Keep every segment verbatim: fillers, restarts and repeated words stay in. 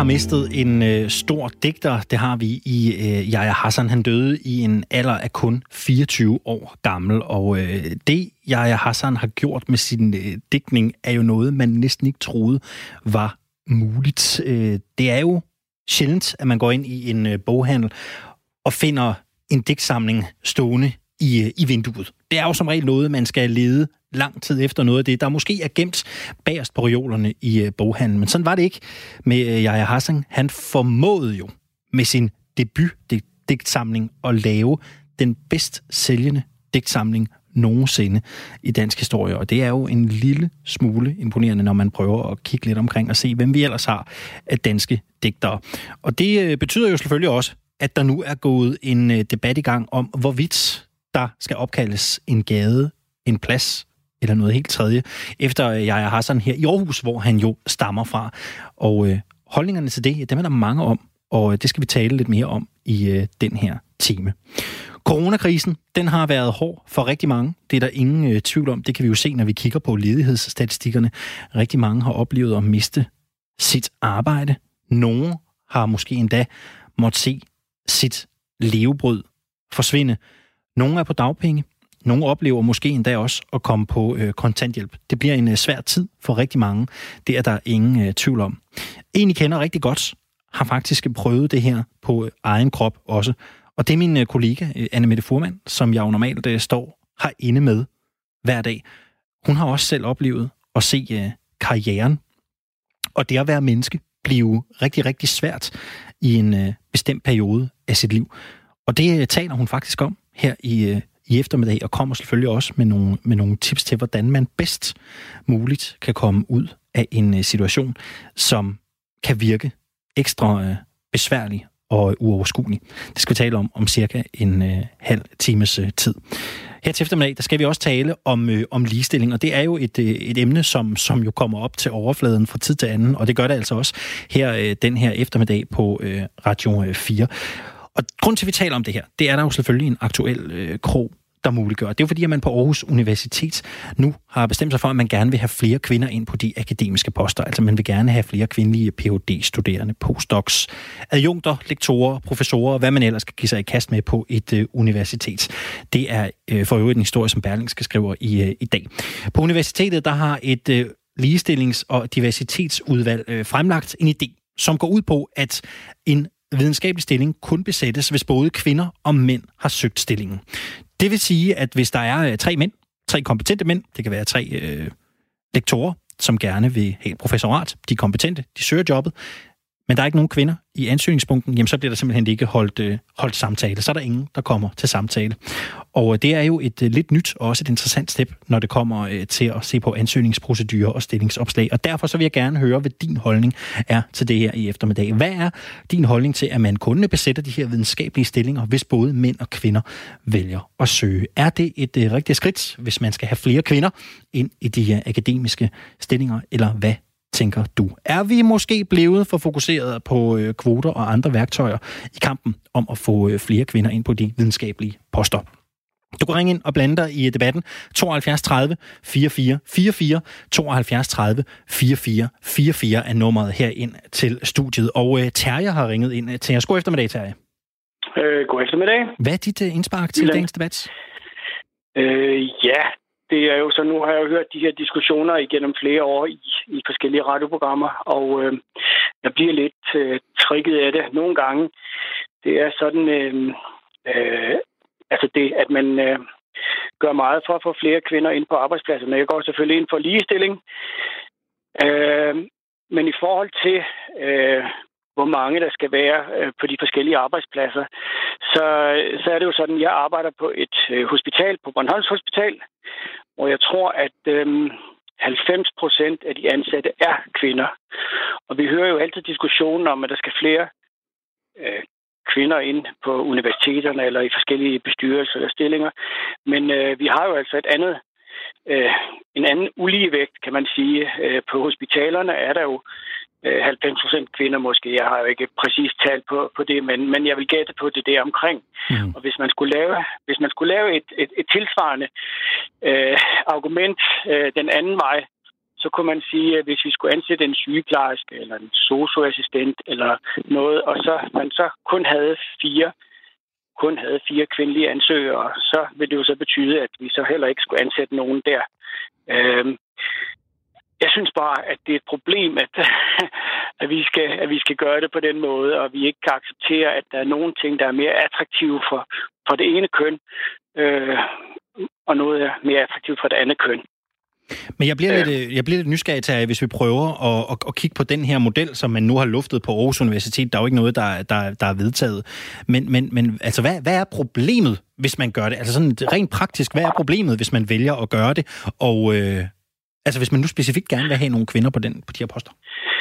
har mistet en øh, stor digter. Det har vi i øh, Yahya Hassan. Han døde i en alder af kun fireogtyve år gammel. Og øh, det, Yahya Hassan har gjort med sin øh, digtning, er jo noget, man næsten ikke troede var muligt. Øh, det er jo sjældent, at man går ind i en øh, boghandel og finder en digtsamling stående i, øh, i vinduet. Det er jo som regel noget, man skal lede lang tid efter noget af det, der måske er gemt bagerst på reolerne i uh, boghandlen. Men sådan var det ikke med uh, Yahya Hassan. Han formåede jo med sin debut-digtsamling at lave den bedst sælgende digtsamling nogensinde i dansk historie. Og det er jo en lille smule imponerende, når man prøver at kigge lidt omkring og se, hvem vi ellers har af danske digtere. Og det uh, betyder jo selvfølgelig også, at der nu er gået en uh, debat i gang om, hvorvidt der skal opkaldes en gade, en plads eller noget helt tredje, efter Yahya Hassan her i Aarhus, hvor han jo stammer fra. Og øh, holdningerne til det, dem er der mange om, og det skal vi tale lidt mere om i øh, den her time. Coronakrisen, den har været hård for rigtig mange. Det er der ingen øh, tvivl om. Det kan vi jo se, når vi kigger på ledighedsstatistikkerne. Rigtig mange har oplevet at miste sit arbejde. Nogle har måske endda måtte se sit levebrød forsvinde. Nogle er på dagpenge. Nogle oplever måske endda også at komme på øh, kontanthjælp. Det bliver en øh, svær tid for rigtig mange. Det er der ingen øh, tvivl om. En, I kender rigtig godt, har faktisk prøvet det her på øh, egen krop også. Og det er min øh, kollega, øh, Anne-Mette Fuhrmann, som jeg jo normalt øh, står herinde med hver dag. Hun har også selv oplevet at se øh, karrieren og det at være menneske blive rigtig, rigtig svært i en øh, bestemt periode af sit liv. Og det øh, taler hun faktisk om her i øh, i eftermiddag, og kommer selvfølgelig også med nogle, med nogle tips til, hvordan man bedst muligt kan komme ud af en situation, som kan virke ekstra øh, besværlig og uoverskuelig. Det skal vi tale om om cirka en øh, halv times øh, tid. Her til eftermiddag, der skal vi også tale om, øh, om ligestilling, og det er jo et, øh, et emne, som, som jo kommer op til overfladen fra tid til anden, og det gør det altså også her øh, den her eftermiddag på øh, Radio fire. Og grund til, at vi taler om det her, det er der jo selvfølgelig en aktuel øh, krog, der muliggør. Det er jo fordi, at man på Aarhus Universitet nu har bestemt sig for, at man gerne vil have flere kvinder ind på de akademiske poster. Altså man vil gerne have flere kvindelige P H D-studerende, postdocs, adjunkter, lektorer, professorer, hvad man ellers skal give sig i kast med på et øh, universitet. Det er øh, for øvrigt en historie, som Berlingske skriver i, øh, i dag. På universitetet, der har et øh, ligestillings- og diversitetsudvalg øh, fremlagt en idé, som går ud på, at en videnskabelig stilling kun besættes, hvis både kvinder og mænd har søgt stillingen. Det vil sige, at hvis der er tre mænd, tre kompetente mænd, det kan være tre øh, lektorer, som gerne vil have et professorat, de er kompetente, de søger jobbet, men der er ikke nogen kvinder i ansøgningspunkten, jamen så bliver der simpelthen ikke holdt, øh, holdt samtale. Så er der ingen, der kommer til samtale. Og det er jo et øh, lidt nyt og også et interessant step, når det kommer øh, til at se på ansøgningsprocedurer og stillingsopslag. Og derfor så vil jeg gerne høre, hvad din holdning er til det her i eftermiddag. Hvad er din holdning til, at man kun besætter de her videnskabelige stillinger, hvis både mænd og kvinder vælger at søge? Er det et øh, rigtigt skridt, hvis man skal have flere kvinder ind i de her akademiske stillinger, eller hvad tænker du? Er vi måske blevet for fokuseret på øh, kvoter og andre værktøjer i kampen om at få øh, flere kvinder ind på de videnskabelige poster? Du kan ringe ind og blande dig i debatten. tooghalvfjerds tredive fireogfyrre fireogfyrre, tooghalvfjerds tredive fireogfyrre fireogfyrre er nummeret her ind til studiet. Og øh, Terje har ringet ind til os. God eftermiddag, Terje. Øh, god eftermiddag. Hvad er dit øh, indspark til dagens debat? Øh, ja, det er jo så, nu har jeg jo hørt de her diskussioner igennem flere år i, i forskellige radioprogrammer, og øh, jeg bliver lidt øh, trigget af det nogle gange. Det er sådan, øh, øh, altså det, at man øh, gør meget for at få flere kvinder ind på arbejdspladserne. Jeg går selvfølgelig ind for ligestilling, øh, men i forhold til øh, hvor mange der skal være øh, på de forskellige arbejdspladser, så, så er det jo sådan, jeg arbejder på et øh, hospital, på Bornholms Hospital, hvor jeg tror, at øh, halvfems procent af de ansatte er kvinder. Og vi hører jo altid diskussionen om, at der skal flere øh, kvinder ind på universiteterne eller i forskellige bestyrelser eller stillinger. Men øh, vi har jo altså et andet, øh, en anden uligevægt, kan man sige. Øh, på hospitalerne er der jo halvfems procent kvinder måske. Jeg har jo ikke præcis talt på, på det, men, men jeg vil gætte på det der omkring. Mm. Og hvis man skulle lave, hvis man skulle lave et, et, et tilsvarende øh, argument øh, den anden vej, så kunne man sige, at hvis vi skulle ansætte en sygeplejerske eller en sosu-assistent eller noget, og så man så kun havde fire kun havde fire kvindelige ansøgere, så ville det jo så betyde, at vi så heller ikke skulle ansætte nogen der. Øhm, jeg synes bare, at det er et problem, at, at, vi skal, at vi skal gøre det på den måde, og vi ikke kan acceptere, at der er nogle ting, der er mere attraktive for, for det ene køn, øh, og noget er mere attraktivt for det andet køn. Men jeg bliver, øh. lidt, jeg bliver lidt nysgerrig til, hvis vi prøver at, at, at kigge på den her model, som man nu har luftet på Aarhus Universitet. Der er jo ikke noget, der, der, der er vedtaget. Men, men, men altså, hvad, hvad er problemet, hvis man gør det? Altså sådan rent praktisk, hvad er problemet, hvis man vælger at gøre det? Og øh, altså, hvis man nu specifikt gerne vil have nogle kvinder på, den, på de her poster?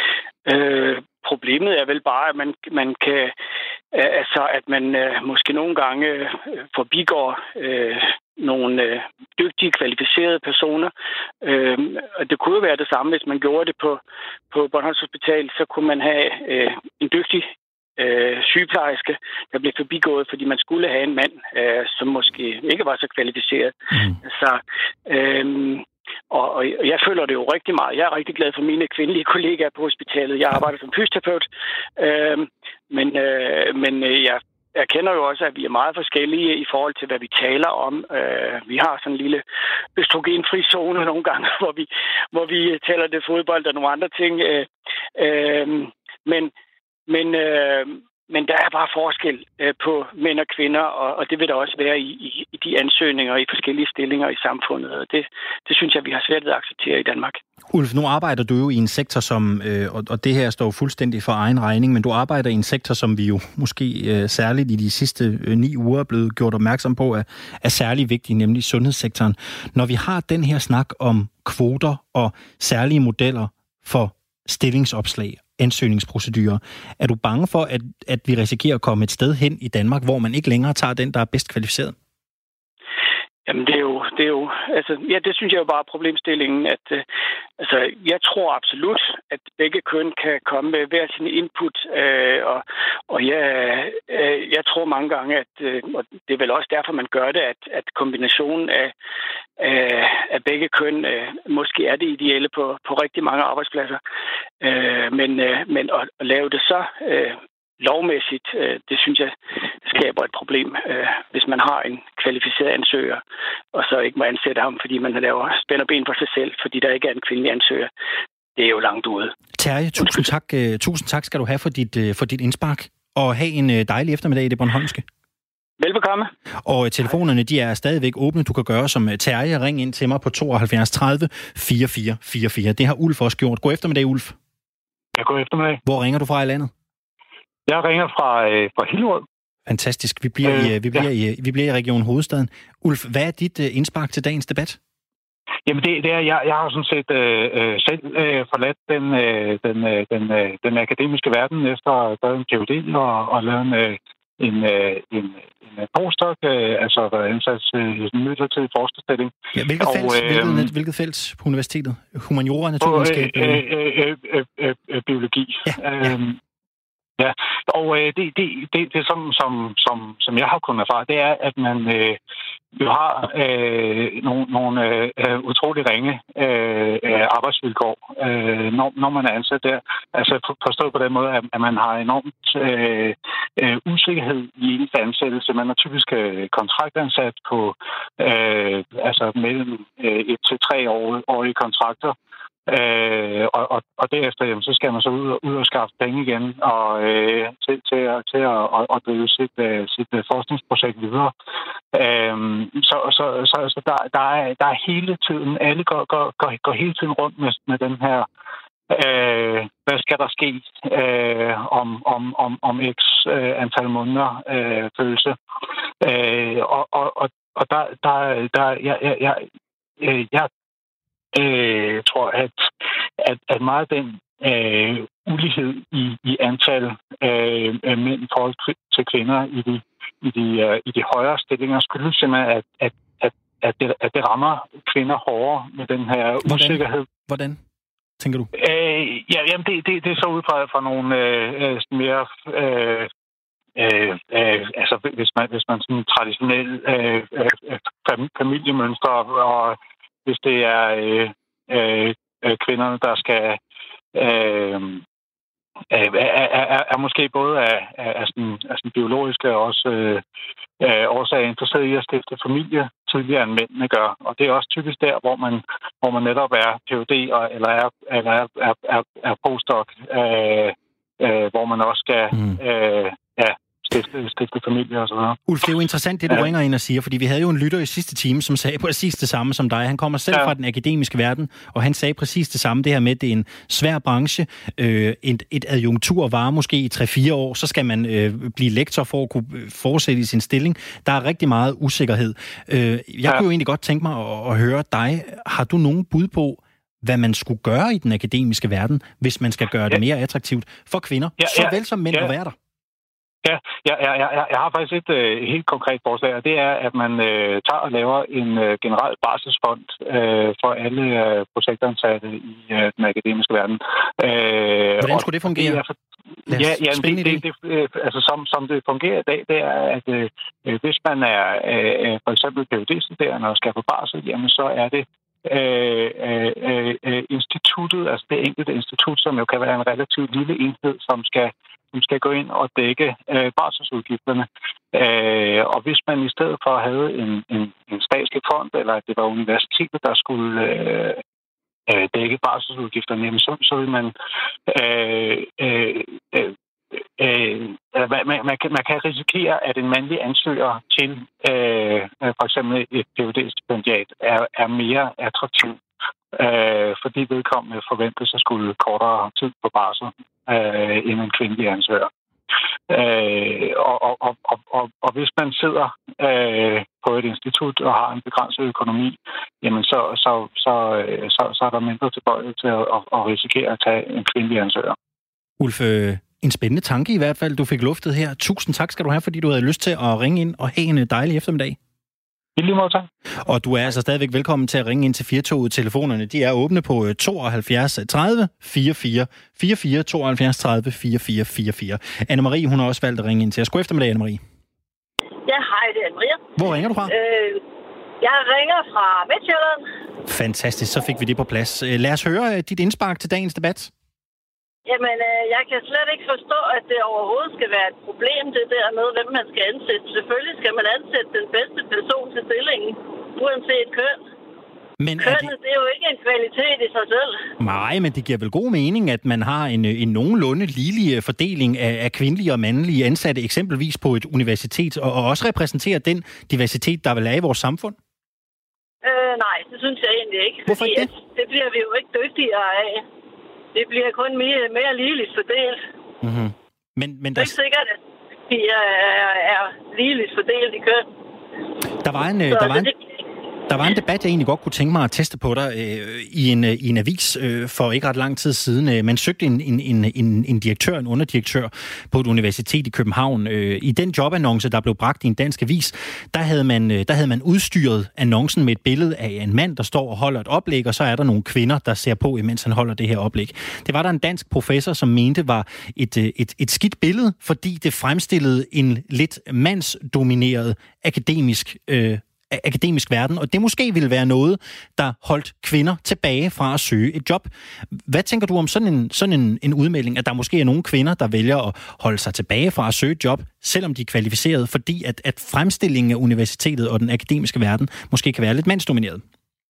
Øh, problemet er vel bare, at man, man kan... Altså, at man øh, måske nogle gange øh, forbigår... Øh, nogle øh, dygtige, kvalificerede personer. Øh, og det kunne jo være det samme, hvis man gjorde det på, på Bornholms Hospital, så kunne man have øh, en dygtig øh, sygeplejerske, der blev forbigået, fordi man skulle have en mand, øh, som måske ikke var så kvalificeret. Mm. Så, øh, og, og jeg føler det jo rigtig meget. Jeg er rigtig glad for mine kvindelige kollegaer på hospitalet. Jeg arbejder som fysioterapeut, øh, men, øh, men jeg Jeg kender jo også, at vi er meget forskellige i forhold til, hvad vi taler om. Uh, vi har sådan en lille østrogenfri zone nogle gange, hvor vi, hvor vi taler det fodbold og nogle andre ting. Uh, uh, men, men, uh, men der er bare forskel uh, på mænd og kvinder, og, og det vil der også være i, i, i de ansøgninger i forskellige stillinger i samfundet. Og det, det synes jeg, vi har svært ved at acceptere i Danmark. Ulf, nu arbejder du jo i en sektor, som, øh, og det her står fuldstændig for egen regning, men du arbejder i en sektor, som vi jo måske øh, særligt i de sidste øh, ni uger er blevet gjort opmærksom på, er, er særlig vigtig, nemlig sundhedssektoren. Når vi har den her snak om kvoter og særlige modeller for stillingsopslag, ansøgningsprocedurer, er du bange for, at, at vi risikerer at komme et sted hen i Danmark, hvor man ikke længere tager den, der er bedst kvalificeret? Jamen, det er jo, det er jo, altså, ja, det synes jeg jo bare er problemstillingen, at, øh, altså, jeg tror absolut, at begge køn kan komme med hver sin input, øh, og, og jeg, øh, jeg tror mange gange, at, øh, og det er vel også derfor, man gør det, at, at kombinationen af, øh, af begge køn øh, måske er det ideelle på, på rigtig mange arbejdspladser, øh, men, øh, men at, at lave det så... Øh, lovmæssigt, det synes jeg skaber et problem, hvis man har en kvalificeret ansøger, og så ikke må ansætte ham, fordi man laver spænder ben på sig selv, fordi der ikke er en kvindelig ansøger. Det er jo langt ude. Terje, tusind tak, tusind tak skal du have for dit, for dit indspark, og have en dejlig eftermiddag i det bornholmske. Velbekomme. Og telefonerne, de er stadigvæk åbne. Du kan gøre som Terje. Ring ind til mig på tooghalvfjerds tredive fireogfyrre fireogfyrre. Det har Ulf også gjort. God eftermiddag, Ulf. Ja, god eftermiddag. Hvor ringer du fra i landet? Jeg ringer fra, øh, fra Hillerød. Fantastisk. Vi bliver, øh, i, vi, bliver ja. i, vi bliver i Region Hovedstaden. Ulf, hvad er dit uh, indspark til dagens debat? Jamen, det, det er, jeg, jeg har sådan set øh, selv øh, forladt den, øh, den, øh, den, øh, den akademiske verden efter at have en P H D og, og lavet en, øh, en, øh, en, en postdoc, øh, altså været ansat i en midlertidig forskerstilling. Ja, hvilket, og, felt, øh, hvilket, hvilket felt på universitetet? Humaniora, naturvidenskab? Øh, øh, øh, øh, øh, øh, biologi. Ja, ja. Øh, Ja, og øh, det, det, det, det som, som, som, som jeg har kunnet erfare, det er, at man øh, jo har øh, nogle, nogle øh, utrolig ringe øh, arbejdsvilkår, øh, når, når man er ansat der. Altså forstået på den måde, at, at man har enormt øh, øh, usikkerhed i ens ansættelse. Man er typisk øh, kontraktansat på øh, altså mellem øh, et til tre år, årige kontrakter. Øh, og, og, og derefter jamen, så skal man så ud og, ud og skaffe penge igen og øh, til, til, til at, at, at drive sit, uh, sit forskningsprojekt videre. Øh, så så, så, så der, der, er, der er hele tiden, alle går, går, går, går hele tiden rundt med, med den her, øh, hvad skal der ske øh, om, om, om, om x øh, antal måneder øh, følelse. Øh, og og, og, og der, der, der jeg, jeg, jeg, jeg Jeg øh, tror, at, at, at meget af den øh, ulighed i, i antal øh, mænd i forhold til kvinder i de, i de, uh, i de højere stillinger skyldes simpelthen, at, at, at, at, det, at det rammer kvinder hårdere med den her Hvordan? usikkerhed. Hvordan? Tænker du? Øh, ja, jamen det, det, det er så ud fra, fra nogle øh, mere... Øh, Øh, øh, altså hvis man hvis man sådan traditionelt øh, øh, familiemønstre, og hvis det er øh, øh, øh, kvinderne, der skal øh, er, er, er, er måske både af, af, af, sådan, af sådan biologiske og også øh, øh, årsager interesseret i at stifte familie tidligere end mændene gør. Og det er også typisk der, hvor man, hvor man netop er P H D og, eller er, eller er, er, er, er postdoc, øh, øh, hvor man også skal mm. øh, ja, stifte, stifte familie og så videre. Ulf, det er jo interessant, det du ja. ringer ind og siger, fordi vi havde jo en lytter i sidste time, som sagde præcis det samme som dig. Han kommer selv ja. fra den akademiske verden, og han sagde præcis det samme, det her med, at det er en svær branche. Øh, et, et adjunktur varer måske i tre fire år, så skal man øh, blive lektor for at kunne fortsætte i sin stilling. Der er rigtig meget usikkerhed. Øh, jeg ja. kunne jo egentlig godt tænke mig at, at høre dig. Har du nogen bud på, hvad man skulle gøre i den akademiske verden, hvis man skal gøre det mere attraktivt for kvinder, ja, ja, såvel som mænd ja. at være der? Ja, jeg, jeg, jeg, jeg har faktisk et øh, helt konkret forslag, og det er, at man øh, tager og laver en øh, generel barselsfond øh, for alle øh, projektansatte i øh, den akademiske verden. Øh, Hvordan skulle det fungere? Det er, ja, ja det, det, det, øh, altså som, som det fungerer i dag, det er, at øh, hvis man er øh, for eksempel P H D-studerende og skal på barsel, jamen så er det Øh, øh, øh, instituttet, altså det enkelte institut, som jo kan være en relativt lille enhed, som skal, som skal gå ind og dække øh, barselsudgifterne. Øh, og hvis man i stedet for havde en, en, en statslig fond, eller at det var universitetet, der skulle øh, øh, dække barselsudgifterne, jamen så, så vil man øh, øh, øh, Øh, man, man, kan, man kan risikere, at en mandlig ansøger til øh, for eksempel et P H D-stipendiat er, er mere attraktiv, øh, fordi vedkommende forventes at skulle kortere tid på barsel øh, end en kvindelig ansøger. Øh, og, og, og, og, og hvis man sidder øh, på et institut og har en begrænset økonomi, jamen så, så, så, så, så er der mindre tilbøjelighed til at, at, at risikere at tage en kvindelig ansøger. Ulf, en spændende tanke i hvert fald, du fik luftet her. Tusind tak skal du have, fordi du havde lyst til at ringe ind og have en dejlig eftermiddag. I lige måde, tak. Og du er altså stadigvæk velkommen til at ringe ind til Firtoget. Telefonerne, de er åbne på tooghalvfjerds tredive fireogfyrre fireogfyrre, tooghalvfjerds tredive fireogfyrre fireogfyrre. Anne-Marie, hun har også valgt at ringe ind til os. God eftermiddag, Anne-Marie. Ja, hej, det er Anne-Marie. Hvor ringer du fra? Øh, jeg ringer fra Midtjylland. Fantastisk, så fik vi det på plads. Lad os høre dit indspark til dagens debat. Jamen, øh, jeg kan slet ikke forstå, at det overhovedet skal være et problem, det der med, hvem man skal ansætte. Selvfølgelig skal man ansætte den bedste person til stillingen, uanset køn. Men Kønnet, det... det er jo ikke en kvalitet i sig selv. Nej, men det giver vel god mening, at man har en, en nogenlunde ligelig fordeling af, af kvindelige og mandlige ansatte, eksempelvis på et universitet, og, og også repræsenterer den diversitet, der vil er i vores samfund? Øh, nej, det synes jeg egentlig ikke. Hvorfor ikke det? Det bliver vi jo ikke dygtigere af. Det bliver kun mere, mere ligeligt fordelt. Mm-hmm. Men, men der... Det er ikke sikkert, at de er, er, er ligeligt fordelt i køn. Der var en... Så der var en... Det... Der var en debat, jeg egentlig godt kunne tænke mig at teste på dig øh, i, en, i en avis øh, for ikke ret lang tid siden. Øh, man søgte en, en, en, en direktør, en underdirektør på et universitet i København. Øh, I den jobannonce, der blev bragt i en dansk avis, der havde, man, øh, der havde man udstyret annoncen med et billede af en mand, der står og holder et oplæg, og så er der nogle kvinder, der ser på, imens han holder det her oplæg. Det var der en dansk professor, som mente var et, et, et skidt billede, fordi det fremstillede en lidt mandsdomineret akademisk øh, akademisk verden, og det måske ville være noget, der holdt kvinder tilbage fra at søge et job. Hvad tænker du om sådan en, sådan en, en udmelding, at der måske er nogle kvinder, der vælger at holde sig tilbage fra at søge et job, selvom de er kvalificerede, fordi at, at fremstillingen af universitetet og den akademiske verden måske kan være lidt mandsdomineret?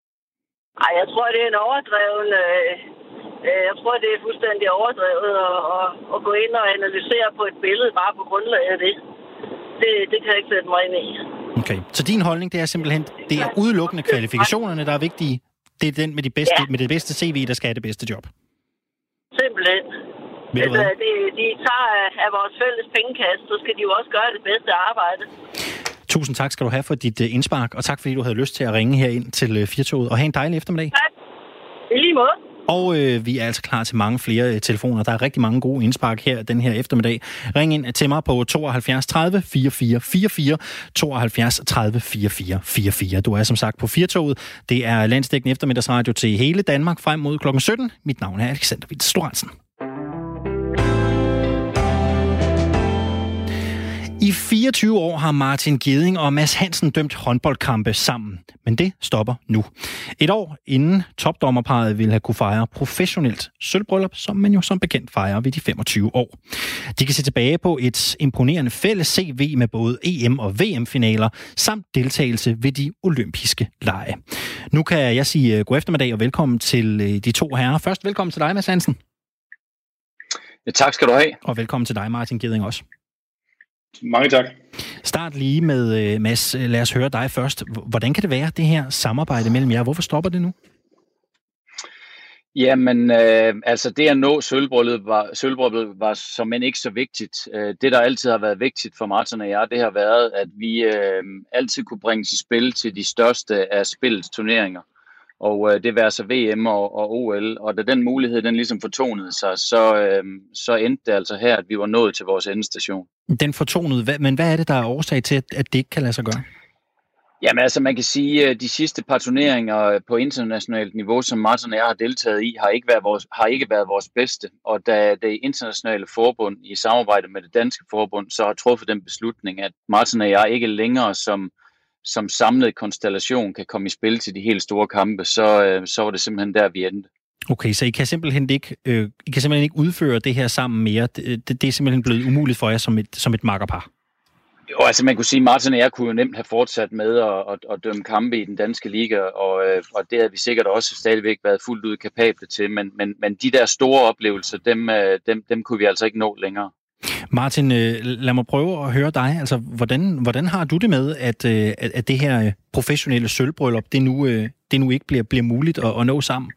Nej, jeg tror, det er en overdreven... Øh, jeg tror, det er fuldstændig overdrevet at, at, at gå ind og analysere på et billede bare på grundlag af det. Det, det kan jeg ikke sætte mig ind i. Okay, så din holdning, det er simpelthen, det er udelukkende kvalifikationerne, der er vigtige. Det er den med, de bedste, ja. med det bedste C V, der skal have det bedste job. Simpelthen. Hvis altså, de, de tager af vores fælles pengekasse, så skal de jo også gøre det bedste arbejde. Tusind tak skal du have for dit indspark, og tak fordi du havde lyst til at ringe her ind til Firtoget. Og have en dejlig eftermiddag. Tak. I lige måde. Og øh, vi er altså klar til mange flere øh, telefoner. Der er rigtig mange gode indspark her den her eftermiddag. Ring ind til mig på tooghalvfjerds tredive fireogfyrre fireogfyrre, tooghalvfjerds tredive fireogfyrre fireogfyrre. Du er som sagt på Firtoget. Det er landsdækkende eftermiddagsradio til hele Danmark frem mod klokken sytten. Mit navn er Alexander Vils Lorentzen. I I fireogtyve år har Martin Gedding og Mads Hansen dømt håndboldkampe sammen, men det stopper nu. Et år inden topdommerparet ville have kunne fejre professionelt sølvbryllup, som man jo som bekendt fejrer ved de femogtyve år. De kan se tilbage på et imponerende fælles C V med både E M- og V M-finaler, samt deltagelse ved de olympiske lege. Nu kan jeg sige god eftermiddag og velkommen til de to herrer. Først velkommen til dig, Mads Hansen. Ja, tak skal du have. Og velkommen til dig, Martin Gedding, også. Mange tak. Start lige med, Mads. Lad os høre dig først. Hvordan kan det være, det her samarbejde mellem jer? Hvorfor stopper det nu? Jamen, øh, altså det at nå sølvbrylluppet var, sølvbrylluppet var som end ikke så vigtigt. Øh, det, der altid har været vigtigt for Martin og jeg, det har været, at vi øh, altid kunne bringes i spil til de største af spillets turneringer. Og øh, det var så V M og, og O L, og da den mulighed, den ligesom fortonede sig, så, øh, så endte det altså her, at vi var nået til vores endestation. Den fortonede, men hvad er det, der er årsag til, at det ikke kan lade sig gøre? Jamen altså, man kan sige, at de sidste par turneringer på internationalt niveau, som Martin og jeg har deltaget i, har ikke været vores, har ikke været vores bedste. Og da det internationale forbund i samarbejde med det danske forbund, så har truffet den beslutning, at Martin og jeg ikke længere som som samlet konstellation kan komme i spil til de helt store kampe, så, øh, så var det simpelthen der, vi endte. Okay, så I kan simpelthen ikke, øh, I kan simpelthen ikke udføre det her sammen mere. Det, det, det er simpelthen blevet umuligt for jer som et, som et makkerpar. Jo, altså man kunne sige, at Martin og jeg kunne jo nemt have fortsat med at, at, at dømme kampe i den danske liga, og, øh, og det havde vi sikkert også stadigvæk været fuldt ud kapable til, men, men, men de der store oplevelser, dem, dem, dem kunne vi altså ikke nå længere. Martin, lad mig prøve at høre dig. Altså, hvordan, hvordan har du det med, at, at, at det her professionelle sølvbryllup, det nu, det nu ikke bliver, bliver muligt at, at nå sammen?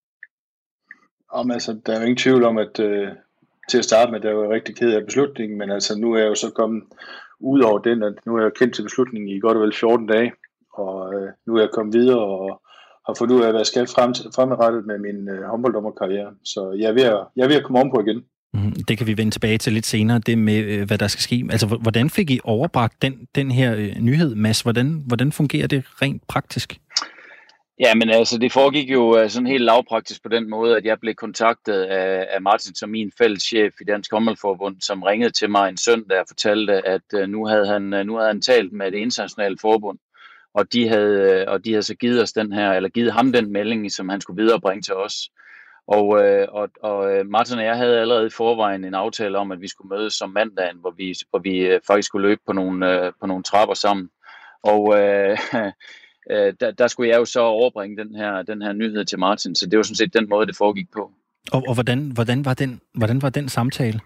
Om, altså, der er jo ingen tvivl om, at uh, til at starte med, der er jo rigtig ked af beslutningen, men altså, nu er jeg jo så kommet ud over den, at nu er jeg kendt til beslutningen i godt og vel fjorten dage, og uh, nu er jeg kommet videre og har fundet ud af, hvad jeg skal frem, fremadrettet med min uh, håndbolddommerkarriere. Så jeg er, ved at, jeg er ved at komme om på igen. Det kan vi vende tilbage til lidt senere, det med, hvad der skal ske. Altså, hvordan fik I overbragt den, den her øh, nyhed, Mads? Hvordan, hvordan fungerer det rent praktisk? Ja, men altså, det foregik jo sådan helt lavpraktisk på den måde, at jeg blev kontaktet af, af Martin som min fælles chef i Dansk Håndboldforbund, som ringede til mig en søndag og fortalte, at øh, nu, havde han, nu havde han talt med det internationale forbund, og de havde, og de havde så givet os den her, eller givet ham den melding, som han skulle viderebringe til os. Og, øh, og, og Martin og jeg havde allerede i forvejen en aftale om, at vi skulle mødes som mandagen, hvor vi, hvor vi faktisk skulle løbe på nogle, øh, på nogle trapper sammen. Og øh, øh, der, der skulle jeg jo så overbringe den her, den her nyhed til Martin, så det var sådan set den måde, det foregik på. Og, og hvordan, hvordan, var den, hvordan var den samtale?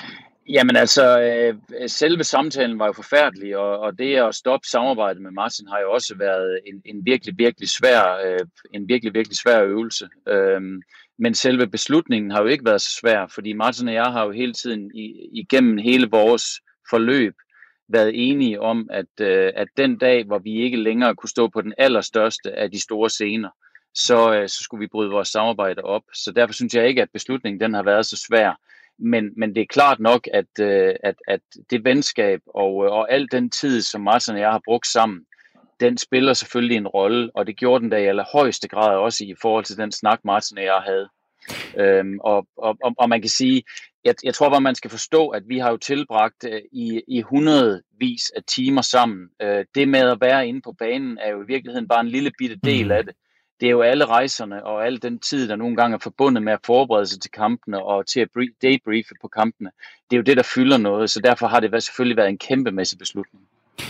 Jamen altså, øh, selve samtalen var jo forfærdelig, og, og det at stoppe samarbejdet med Martin har jo også været en, en virkelig, virkelig svær, øh, en virkelig, virkelig svær øvelse. Øh, Men selve beslutningen har jo ikke været så svær, fordi Martin og jeg har jo hele tiden igennem hele vores forløb været enige om, at, at den dag, hvor vi ikke længere kunne stå på den allerstørste af de store scener, så, så skulle vi bryde vores samarbejde op. Så derfor synes jeg ikke, at beslutningen den har været så svær. Men, men det er klart nok, at, at, at det venskab og, og al den tid, som Martin og jeg har brugt sammen, den spiller selvfølgelig en rolle, og det gjorde den da i allerhøjeste grad også i forhold til den snak, Martin og jeg havde. Øhm, og, og, og man kan sige, jeg, jeg tror bare, man skal forstå, at vi har jo tilbragt øh, i, i hundredvis af timer sammen. Øh, det med at være inde på banen er jo i virkeligheden bare en lille bitte del af det. Det er jo alle rejserne og al den tid, der nogle gange er forbundet med at forberede sig til kampene og til at debriefe på kampene. Det er jo det, der fylder noget, så derfor har det selvfølgelig været en kæmpemæssig beslutning.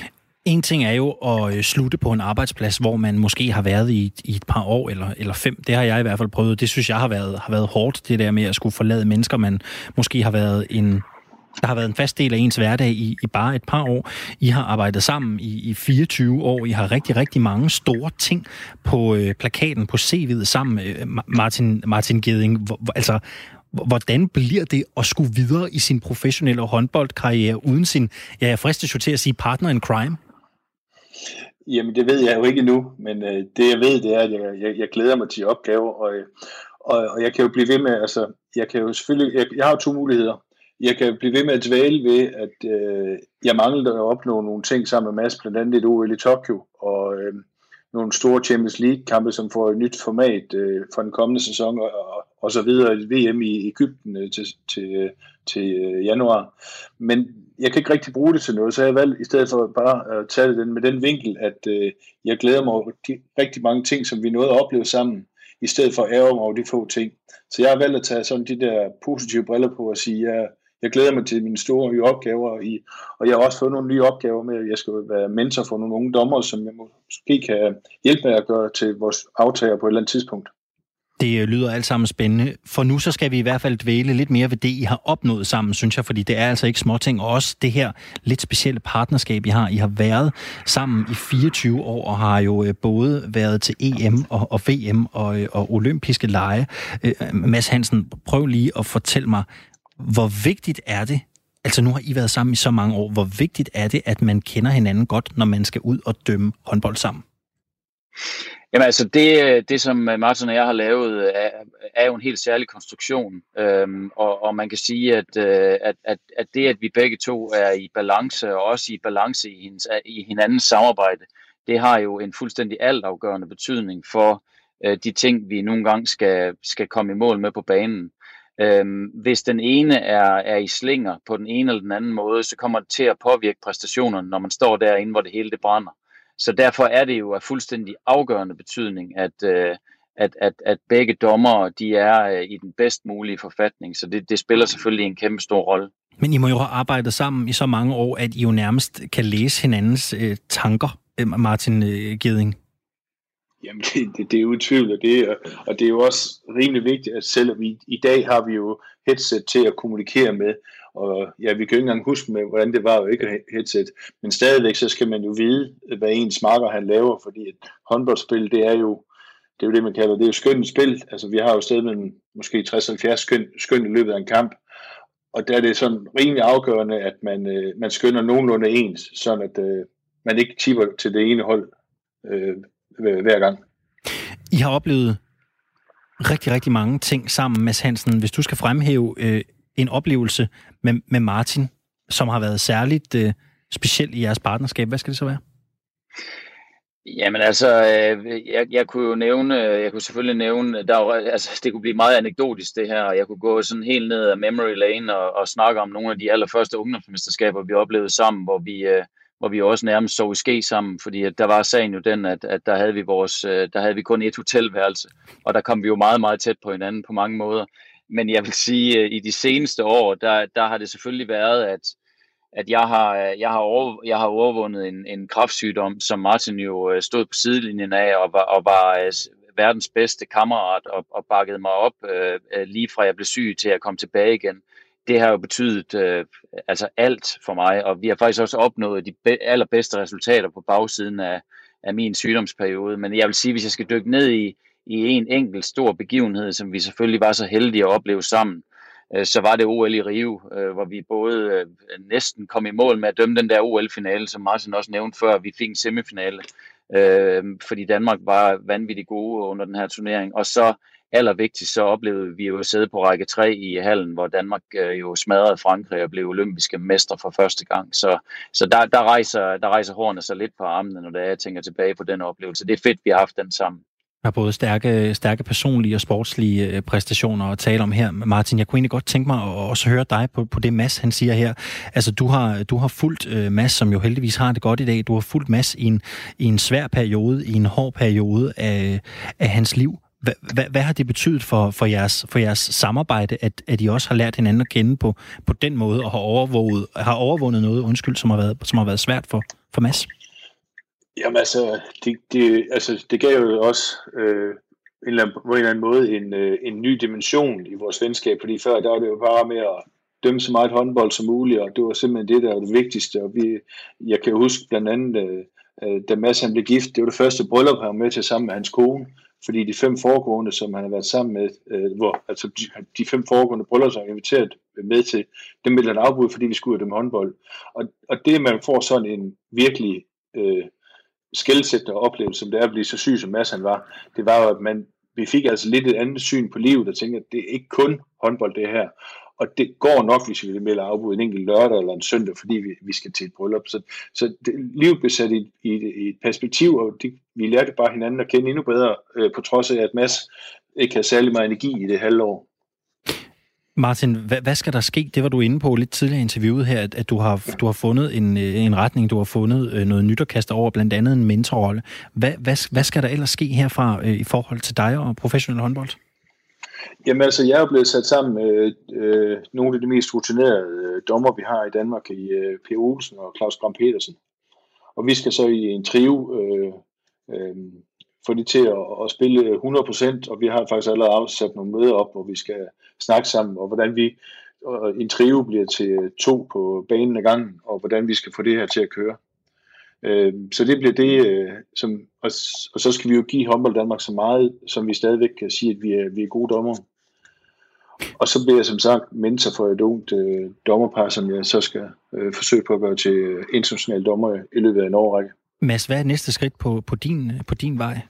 En ting er jo at slutte på en arbejdsplads, hvor man måske har været i, i et par år eller, eller fem. Det har jeg i hvert fald prøvet. Det synes jeg har været, har været hårdt, det der med at skulle forlade mennesker, man måske har været en, der har været en fast del af ens hverdag i, i bare et par år. I har arbejdet sammen i, i fireogtyve år. I har rigtig, rigtig mange store ting på øh, plakaten, på C V'et sammen. Øh, Martin, Martin Gedding, hvor, altså... Hvordan bliver det at skulle videre i sin professionelle håndboldkarriere uden sin, ja, jeg fristes jo til at sige partner in crime? Jamen, det ved jeg jo ikke endnu, men øh, det jeg ved, det er, at jeg, jeg, jeg glæder mig til opgaver, og, og, og jeg kan jo blive ved med, altså, jeg kan jo selvfølgelig, jeg, jeg har jo to muligheder. Jeg kan blive ved med at dvæle ved, at øh, jeg mangler at opnå nogle ting sammen med Mads, blandt andet et O L i Tokyo, og øh, nogle store Champions League-kampe, som får et nyt format øh, for den kommende sæson, og, og så videre V M i Egypten øh, til, til, til øh, januar. Men jeg kan ikke rigtig bruge det til noget, så jeg har valgt i stedet for bare at tage den med den vinkel, at øh, jeg glæder mig over de rigtig mange ting, som vi nåede at opleve sammen, i stedet for at ærge mig over de få ting. Så jeg har valgt at tage sådan de der positive briller på og sige, at jeg, jeg glæder mig til mine store nye opgaver, i, og jeg har også fået nogle nye opgaver med, at jeg skal være mentor for nogle unge dommere, som jeg måske kan hjælpe med at gøre til vores aftager på et eller andet tidspunkt. Det lyder alt sammen spændende. For nu så skal vi i hvert fald dvæle lidt mere ved det, I har opnået sammen, synes jeg, fordi det er altså ikke småting. Og også det her lidt specielle partnerskab, I har. I har været sammen i fireogtyve år og har jo både været til E M og, og V M og, og olympiske lege. Mads Hansen, prøv lige at fortælle mig, hvor vigtigt er det, altså nu har I været sammen i så mange år, hvor vigtigt er det, at man kender hinanden godt, når man skal ud og dømme håndbold sammen? Jamen altså, det, det som Martin og jeg har lavet, er, er jo en helt særlig konstruktion. Øhm, og, og man kan sige, at, at, at, at det, at vi begge to er i balance, og også i balance i, hendes, i hinandens samarbejde, det har jo en fuldstændig altafgørende betydning for øh, de ting, vi nogle gange skal, skal komme i mål med på banen. Øhm, hvis den ene er, er i slinger på den ene eller den anden måde, så kommer det til at påvirke præstationerne, når man står derinde, hvor det hele det brænder. Så derfor er det jo af fuldstændig afgørende betydning, at, at, at, at begge dommere de er i den bedst mulige forfatning. Så det, det spiller selvfølgelig en kæmpe stor rolle. Men I må jo have arbejdet sammen i så mange år, at I jo nærmest kan læse hinandens øh, tanker, Martin øh, Gedding. Jamen, det, det, det er utvivlet, og det, og det er jo også rimelig vigtigt, at selvom vi i dag har vi jo headset til at kommunikere med, og ja, vi kan jo ikke engang huske med, hvordan det var jo ikke headset, men stadigvæk så skal man jo vide, hvad ens marker han laver, fordi et håndboldspil, det er jo det, er jo det man kalder, det er jo skønt spil, altså vi har jo stadig med måske tres til halvfjerds skøn, skøn i løbet af en kamp, og der er det sådan rimelig afgørende, at man, øh, man skønner nogenlunde ens, sådan at øh, man ikke tipper til det ene hold øh, hver gang. I har oplevet rigtig, rigtig mange ting sammen, Mads Hansen. Hvis du skal fremhæve øh, en oplevelse med, med Martin, som har været særligt øh, specielt i jeres partnerskab, hvad skal det så være? Jamen altså, øh, jeg, jeg kunne jo nævne, jeg kunne selvfølgelig nævne, der var, altså, det kunne blive meget anekdotisk det her, og jeg kunne gå sådan helt ned ad memory lane og, og snakke om nogle af de allerførste ungdomsmesterskaber, vi oplevede sammen, hvor vi øh, hvor vi også nærmest sov i ske sammen, fordi at der var sagen jo den, at, at der havde vi vores, der havde vi kun et hotelværelse, og der kom vi jo meget, meget tæt på hinanden på mange måder. Men jeg vil sige, at i de seneste år, der, der har det selvfølgelig været, at, at jeg har, jeg har, over, jeg har overvundet en, en kræftsygdom, som Martin jo stod på sidelinjen af, og var, og var verdens bedste kammerat, og, og bakkede mig op, øh, lige fra jeg blev syg til at komme tilbage igen. Det har jo betydet øh, altså alt for mig, og vi har faktisk også opnået de be- allerbedste resultater på bagsiden af, af min sygdomsperiode. Men jeg vil sige, hvis jeg skal dykke ned i, i en enkelt stor begivenhed, som vi selvfølgelig var så heldige at opleve sammen, øh, så var det O L i Rio, øh, hvor vi både øh, næsten kom i mål med at dømme den der O L-finale, som Martin også nævnte før, vi fik en semifinale, øh, fordi Danmark var vanvittigt gode under den her turnering, og så allervigtigst så oplevede vi jo at sidde på række tre i hallen, hvor Danmark øh, jo smadrede Frankrig og blev olympiske mestre for første gang. Så, så der, der, rejser, der rejser hårene sig lidt på armene, når jeg tænker tilbage på den oplevelse. Det er fedt, vi har haft den sammen. Der er både stærke, stærke personlige og sportslige præstationer at tale om her. Martin, jeg kunne egentlig godt tænke mig at også høre dig på, på det, Mads han siger her. Altså, du har, du har fulgt uh, Mads, som jo heldigvis har det godt i dag. Du har fulgt Mads i en, i en svær periode, i en hård periode af, af hans liv. Hvad, hvad, hvad har det betydet for, for, jeres, for jeres samarbejde, at, at I også har lært hinanden at kende på, på den måde, og har, overvåget, har overvundet noget, undskyld, som har været, som har været svært for, for Mads? Jamen altså, det, det, altså, det gav jo også øh, en eller anden, på en eller anden måde en, øh, en ny dimension i vores venskab, fordi før der var det jo bare med at dømme så meget håndbold som muligt, og det var simpelthen det, der var det vigtigste. Og vi, jeg kan huske blandt andet, øh, da Mads han blev gift, det var det første bryllup, han var med til sammen med hans kone, fordi de fem foregående, som han har været sammen med, øh, hvor altså de, de fem foregående bryllupper, som han inviteret med til, dem ville han afbryde, fordi vi skulle ud af dem håndbold. Og, og det, man får sådan en virkelig øh, skelsættende oplevelse, som det er at blive så syg, som Mads han var, det var jo, at man, vi fik altså lidt et andet syn på livet, der tænker, at det er ikke kun håndbold det her. Og det går nok, hvis vi vil melde afbud en enkelt lørdag eller en søndag, fordi vi, vi skal til et bryllup. Så, så det, livet blev sat i, i, i et perspektiv, og det, vi lærte bare hinanden at kende endnu bedre, øh, på trods af, at Mads ikke havde særlig meget energi i det halvår. Martin, hvad, hvad skal der ske? Det var du inde på lidt tidligere i interviewet her, at, at du, har, du har fundet en, en retning, du har fundet noget nyt at kaste over, blandt andet en mentorrolle. Hvad, hvad, hvad skal der ellers ske herfra øh, i forhold til dig og professionel håndbold? Jamen altså, jeg er jo blevet sat sammen med øh, nogle af de mest rutinerede øh, dommer, vi har i Danmark, i øh, Per Olsen og Claus Gram Petersen. Og vi skal så i en trio øh, øh, få de til at, at spille hundrede procent, og vi har faktisk allerede afsat nogle møder op, hvor vi skal snakke sammen, og hvordan vi og en trio bliver til to på banen ad gangen, og hvordan vi skal få det her til at køre. Øh, så det bliver det, øh, som, og, og så skal vi jo give håndbold Danmark så meget, som vi stadigvæk kan sige, at vi er, vi er gode dommer. Og så bliver jeg som sagt mentor for et ungt øh, dommerpar, som jeg så skal øh, forsøge på at gøre til øh, international dommer i løbet af en årrække. Mads, hvad er næste skridt på, på, din, på din vej?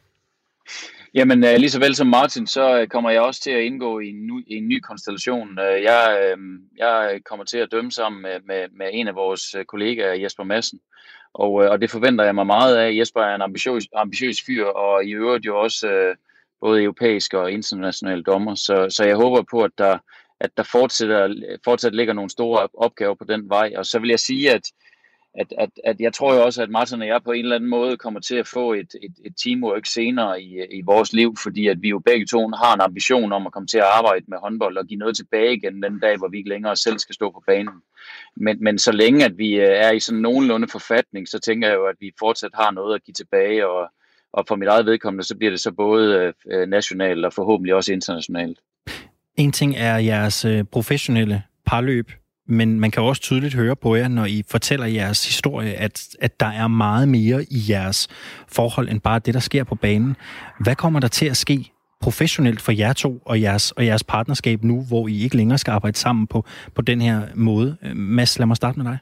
Jamen, øh, lige så vel som Martin, så øh, kommer jeg også til at indgå i en, ny, i en ny konstellation. Øh, jeg, øh, jeg kommer til at dømme sammen med, med, med en af vores kollegaer, Jesper Madsen. Og, øh, og det forventer jeg mig meget af. Jesper er en ambitiøs, ambitiøs fyr, og i øvrigt jo også øh, både europæisk og international dommer. Så, så jeg håber på, at der, at der fortsætter, fortsat ligger nogle store opgaver på den vej. Og så vil jeg sige, at At, at, at jeg tror jo også, at Martin og jeg på en eller anden måde kommer til at få et, et, et teamwork senere i, i vores liv, fordi at vi jo begge to har en ambition om at komme til at arbejde med håndbold og give noget tilbage igen den dag, hvor vi ikke længere selv skal stå på banen. Men, men så længe at vi er i sådan nogenlunde forfatning, så tænker jeg jo, at vi fortsat har noget at give tilbage, og, og for mit eget vedkommende, så bliver det så både nationalt og forhåbentlig også internationalt. En ting er jeres professionelle parløb, men man kan også tydeligt høre på jer, når I fortæller jeres historie, at, at der er meget mere i jeres forhold, end bare det, der sker på banen. Hvad kommer der til at ske professionelt for jer to og jeres, og jeres partnerskab nu, hvor I ikke længere skal arbejde sammen på, på den her måde? Mads, lad mig starte med dig.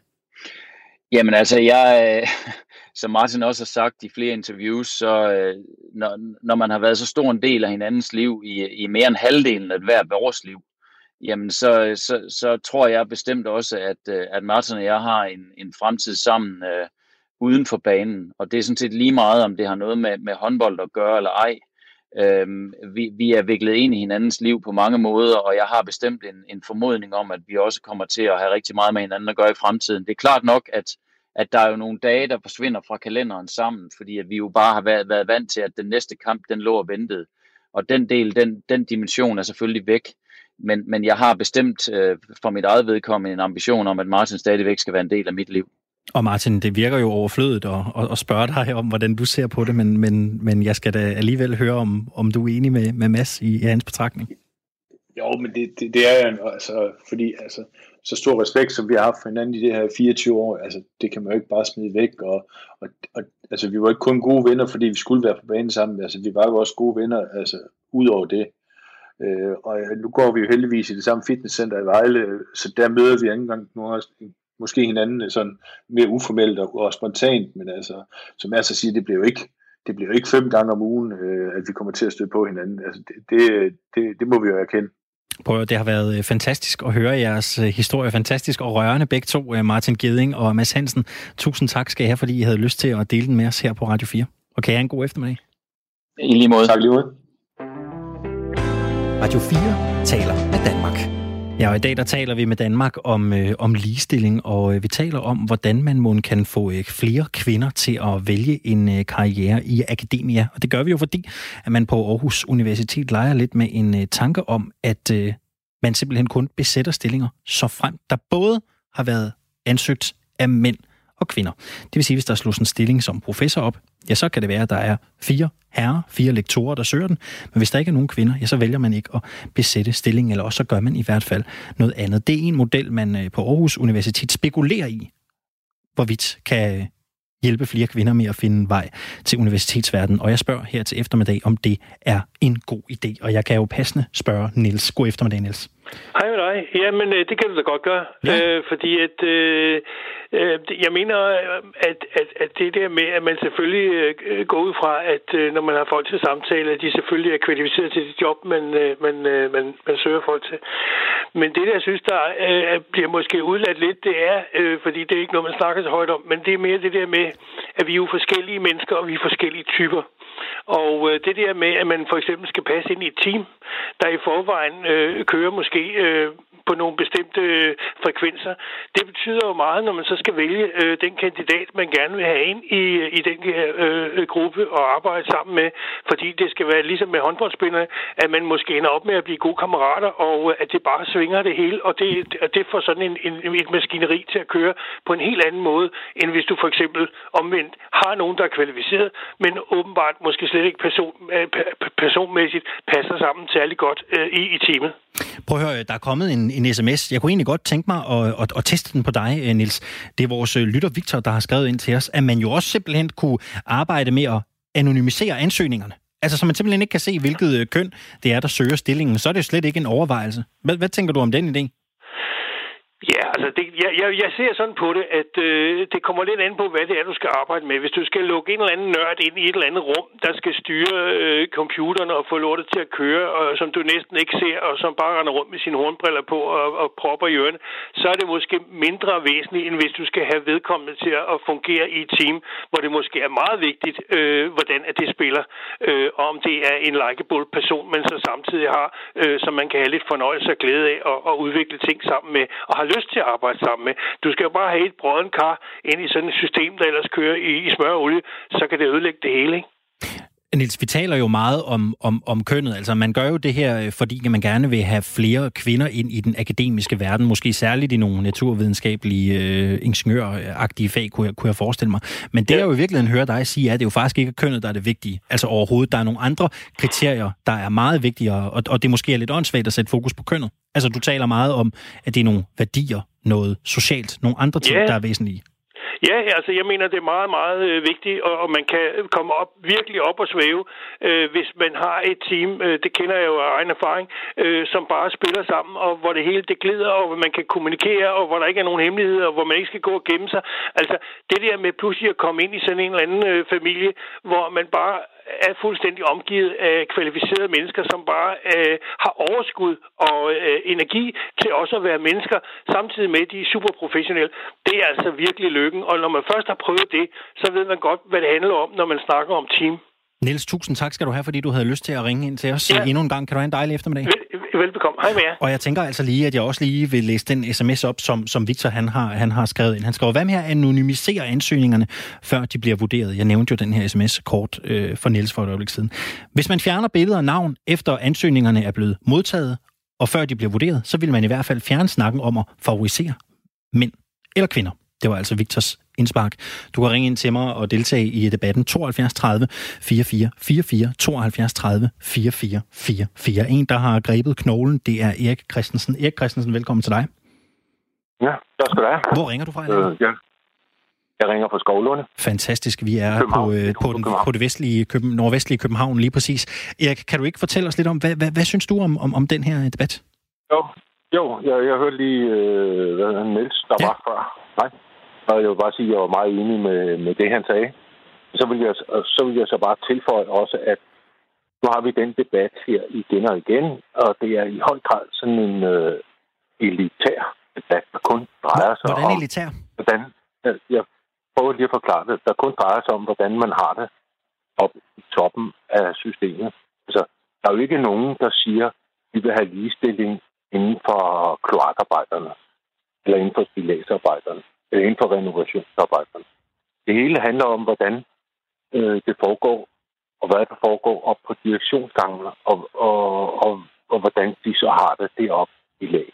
Jamen altså, jeg, som Martin også har sagt i flere interviews, så når, når man har været så stor en del af hinandens liv i, i mere end halvdelen af hvert vores liv, jamen så, så, så tror jeg bestemt også, at, at Martin og jeg har en, en fremtid sammen øh, uden for banen. Og det er sådan set lige meget, om det har noget med, med håndbold at gøre eller ej. Øhm, vi, vi er viklet ind i hinandens liv på mange måder, og jeg har bestemt en, en formodning om, at vi også kommer til at have rigtig meget med hinanden at gøre i fremtiden. Det er klart nok, at, at der er jo nogle dage, der forsvinder fra kalenderen sammen, fordi at vi jo bare har været, været vant til, at den næste kamp, den lå og ventede. Og den del, den, den dimension er selvfølgelig væk. Men, men jeg har bestemt øh, for mit eget vedkommende en ambition om, at Martin stadigvæk skal være en del af mit liv. Og Martin, det virker jo overflødigt at, at, at spørge dig om, hvordan du ser på det, men, men, men jeg skal da alligevel høre, om, om du er enig med, med Mads i, i hans betragtning. Jo, men det, det, det er jo altså, fordi altså, så stor respekt, som vi har haft for hinanden i det her fireogtyve år, altså, det kan man jo ikke bare smide væk. Og, og, og altså, vi var ikke kun gode venner, fordi vi skulle være på banen sammen. Altså, vi var jo også gode venner, altså, ud over det. Øh, og nu går vi jo heldigvis i det samme fitnesscenter i Vejle, så der møder vi anden gang nogle måske hinanden sådan mere uformelt og, og spontant, men altså, som jeg så siger, det bliver jo ikke, det bliver jo ikke fem gange om ugen, øh, at vi kommer til at støde på hinanden. Altså, det, det, det, det må vi jo erkende. Prøv, det har været fantastisk at høre jeres historie, fantastisk og rørende begge to, Martin Gedding og Mads Hansen. Tusind tak skal I have, fordi I havde lyst til at dele den med os her på Radio fire. Og kan I have en god eftermiddag? I lige måde. Tak lige måde. Radio fire taler med Danmark. Ja, og i dag der taler vi med Danmark om, øh, om ligestilling, og øh, vi taler om, hvordan man må kan få øh, flere kvinder til at vælge en øh, karriere i akademia. Og det gør vi jo, fordi at man på Aarhus Universitet leger lidt med en øh, tanke om, at øh, man simpelthen kun besætter stillinger, så frem der både har været ansøgt af mænd og kvinder. Det vil sige, hvis der er slået en stilling som professor op, ja, så kan det være, at der er fire herrer, fire lektorer, der søger den. Men hvis der ikke er nogen kvinder, ja, så vælger man ikke at besætte stillingen, eller også så gør man i hvert fald noget andet. Det er en model, man på Aarhus Universitet spekulerer i, hvorvidt kan hjælpe flere kvinder med at finde vej til universitetsverdenen. Og jeg spørger her til eftermiddag, om det er en god idé. Og jeg kan jo passende spørge Niels. God eftermiddag, Niels. Hej med dig. Jamen, det kan du da godt gøre. Ja. Øh, fordi at, øh, jeg mener, at, at, at det der med, at man selvfølgelig øh, går ud fra, at øh, når man har folk til samtale, at de selvfølgelig er kvalificeret til det job, man, øh, man, øh, man, man søger folk til. Men det, der jeg synes, der øh, bliver måske udladt lidt, det er, øh, fordi det er ikke noget, man snakker så højt om, men det er mere det der med, at vi er jo forskellige mennesker, og vi er forskellige typer. Og øh, det der med, at man for eksempel skal passe ind i et team, der i forvejen øh, kører måske øh, på nogle bestemte øh, frekvenser, det betyder jo meget, når man så skal vælge øh, den kandidat, man gerne vil have ind i, i den her øh, gruppe og arbejde sammen med, fordi det skal være ligesom med håndboldspillere, at man måske ender op med at blive gode kammerater, og at det bare svinger det hele, og det, det får sådan en, en, et maskineri til at køre på en helt anden måde, end hvis du for eksempel omvendt har nogen, der er kvalificeret, men åbenbart måske slet ikke person, personmæssigt passer sammen særlig godt øh, i, i teamet. Prøv at høre, der er kommet en, en sms. Jeg kunne egentlig godt tænke mig at, at, at teste den på dig, Niels. Det er vores lytter Victor, der har skrevet ind til os, at man jo også simpelthen kunne arbejde med at anonymisere ansøgningerne. Altså, så man simpelthen ikke kan se, hvilket køn det er, der søger stillingen. Så er det slet ikke en overvejelse. Hvad, hvad tænker du om den idé? Ja, altså det, jeg, jeg, jeg ser sådan på det, at øh, det kommer lidt an på, hvad det er, du skal arbejde med. Hvis du skal lukke en eller anden nørd ind i et eller andet rum, der skal styre øh, computerne og få lortet til at køre, og som du næsten ikke ser, og som bare render rundt med sine hornbriller på og, og propper i ørerne, så er det måske mindre væsentligt, end hvis du skal have vedkommende til at fungere i et team, hvor det måske er meget vigtigt, øh, hvordan at det spiller, øh, og om det er en likeable person, man så samtidig har, øh, som man kan have lidt fornøjelse og glæde af og, og udvikle ting sammen med, og har lyst til at arbejde sammen med. Du skal jo bare have et brødent kar ind i sådan et system, der ellers kører i, i smør og olie, så kan det ødelægge det hele, ikke? Niels, vi taler jo meget om, om, om kønnet. Altså, man gør jo det her, fordi man gerne vil have flere kvinder ind i den akademiske verden. Måske særligt i nogle naturvidenskabelige, øh, ingeniøragtige fag, kunne jeg, kunne jeg forestille mig. Men det, ja. jeg jo i virkeligheden hører dig sige, er, at det jo faktisk ikke er kønnet, der er det vigtige. Altså overhovedet, der er nogle andre kriterier, der er meget vigtigere, og, og det måske er lidt åndssvagt at sætte fokus på kønnet. Altså, du taler meget om, at det er nogle værdier, noget socialt, nogle andre ting, ja. der er væsentlige. Ja, altså jeg mener, det er meget, meget øh, vigtigt, og, og man kan komme op, virkelig op og svæve, øh, hvis man har et team, øh, det kender jeg jo af egen erfaring, øh, som bare spiller sammen, og hvor det hele det glider, og hvor man kan kommunikere, og hvor der ikke er nogen hemmeligheder, og hvor man ikke skal gå og gemme sig. Altså det der med pludselig at komme ind i sådan en eller anden øh, familie, hvor man bare er fuldstændig omgivet af kvalificerede mennesker, som bare øh, har overskud og øh, energi til også at være mennesker, samtidig med, at de er super professionelle. Det er altså virkelig lykken, og når man først har prøvet det, så ved man godt, hvad det handler om, når man snakker om team. Niels, tusind tak skal du have, fordi du havde lyst til at ringe ind til os. Ja. Endnu en gang. Kan du have en dejlig eftermiddag? Vel, velbekomme. Hej med jer. Og jeg tænker altså lige, at jeg også lige vil læse den sms op, som, som Victor han har, han har skrevet ind. Han skriver, hvad med at anonymisere ansøgningerne, før de bliver vurderet? Jeg nævnte jo den her sms kort øh, for Niels for et øjeblik siden. Hvis man fjerner billeder og navn, efter ansøgningerne er blevet modtaget, og før de bliver vurderet, så vil man i hvert fald fjerne snakken om at favorisere mænd eller kvinder. Det var altså Victors indspark. Du kan ringe ind til mig og deltage i debatten tooghalvfjerds tredive fireogfyrre fireogfyrre, tooghalvfjerds tredive fireogfyrre fireogfyrre. En, der har grebet knoglen, det er Erik Christensen. Erik Christensen, velkommen til dig. Ja, tak skal du have. Hvor ringer du fra? Øh, ja. Jeg ringer fra Skovlunde. Fantastisk. Vi er på, øh, på, den, på det vestlige Køben, nordvestlige København lige præcis. Erik, kan du ikke fortælle os lidt om, hvad, hvad, hvad synes du om, om, om den her debat? Jo, jo jeg, jeg hørte lige øh, hvad han Niels, der ja. var før. Nej. Og jeg vil bare sige, at jeg var meget enig med, med det, han sagde. Så vil, jeg, så vil jeg så bare tilføje også, at nu har vi den debat her igen og igen, og det er i høj grad sådan en øh, elitær debat, der kun drejer sig hvordan om... elitær? Hvordan elitær? Jeg prøver lige at forklare det. Der kun drejer sig om, hvordan man har det op i toppen af systemet. Altså, der er jo ikke nogen, der siger, at vi vil have ligestilling inden for kloakarbejderne, eller inden for stilladsarbejderne, eller inden for renovationsarbejderne. Det hele handler om, hvordan øh, det foregår, og hvad der foregår op på direktionsgangene, og, og, og, og hvordan de så har det deroppe i lag.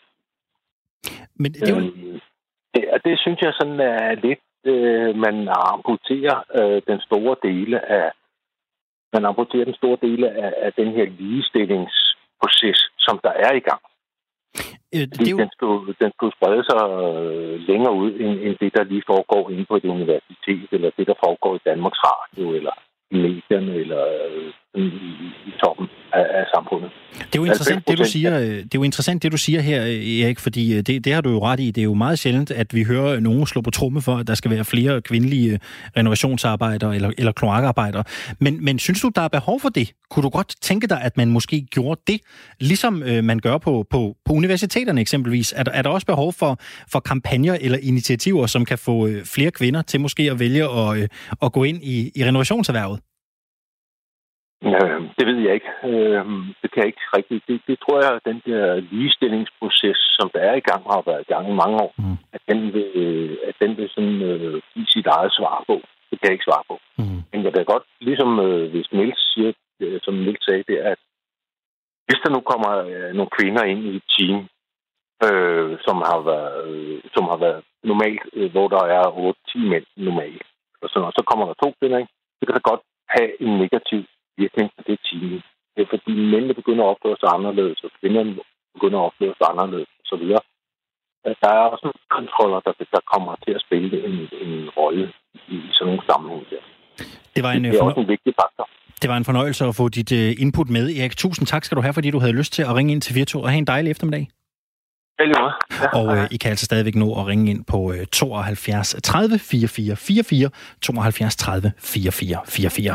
Men det, er jo... øh, det, det synes jeg sådan er lidt, øh, man amputerer øh, den store dele af, man amputerer den store dele af, af den her ligestillingsproces, som der er i gang. Øh, det jo... den, skulle, den skulle sprede sig øh, længere ud, end, end det, der lige foregår inde på et universitet, eller det, der foregår i Danmarks Radio, eller i medierne, eller øh, i, i toppen af, af samfundet. Det er jo interessant, det du siger, det er jo interessant, det du siger her, Erik, fordi det, det har du jo ret i. Det er jo meget sjældent, at vi hører nogen slå på tromme for, at der skal være flere kvindelige renovationsarbejdere eller, eller kloakarbejdere. Men, men synes du, der er behov for det? Kunne du godt tænke dig, at man måske gjorde det, ligesom øh, man gør på, på, på universiteterne eksempelvis? Er der, er der også behov for, for kampagner eller initiativer, som kan få øh, flere kvinder til måske at vælge at, øh, at gå ind i, i renovationserhvervet? Øh, det ved jeg ikke. Øh, det kan jeg ikke rigtigt. Det, det tror jeg, at den der ligestillingsproces, som der er i gang, har været i gang i mange år, mm. at den vil, at den vil sådan, øh, give sit eget svar på. Det kan jeg ikke svare på. Mm. Men jeg kan godt, ligesom øh, hvis Niels siger, øh, som Niels sagde, det er, at hvis der nu kommer øh, nogle kvinder ind i et team, øh, som har været, øh, som har været normalt, øh, hvor der er otte ti mænd normalt, og, sådan, og så kommer der to kvinder ind, så kan det godt have en negativ virkning på det team. Det er fordi mændene begynder at opføre sig anderledes, og kvinderne begynder at opføre sig anderledes, og så videre. Der er også nogle kontroller, der, der kommer til at spille en, en rolle i, i sådan nogle sammenhæng der. Det, var en, det er også en vigtig faktor. Det var en fornøjelse at få dit input med, Erik. Tusind tak skal du have, fordi du havde lyst til at ringe ind til Virtu, og have en dejlig eftermiddag. Ja. Og øh, I kan altså stadigvæk nå at ringe ind på øh, tooghalvfjerds tredive fireogfyrre fireogfyrre, tooghalvfjerds tredive fireogfyrre fireogfyrre.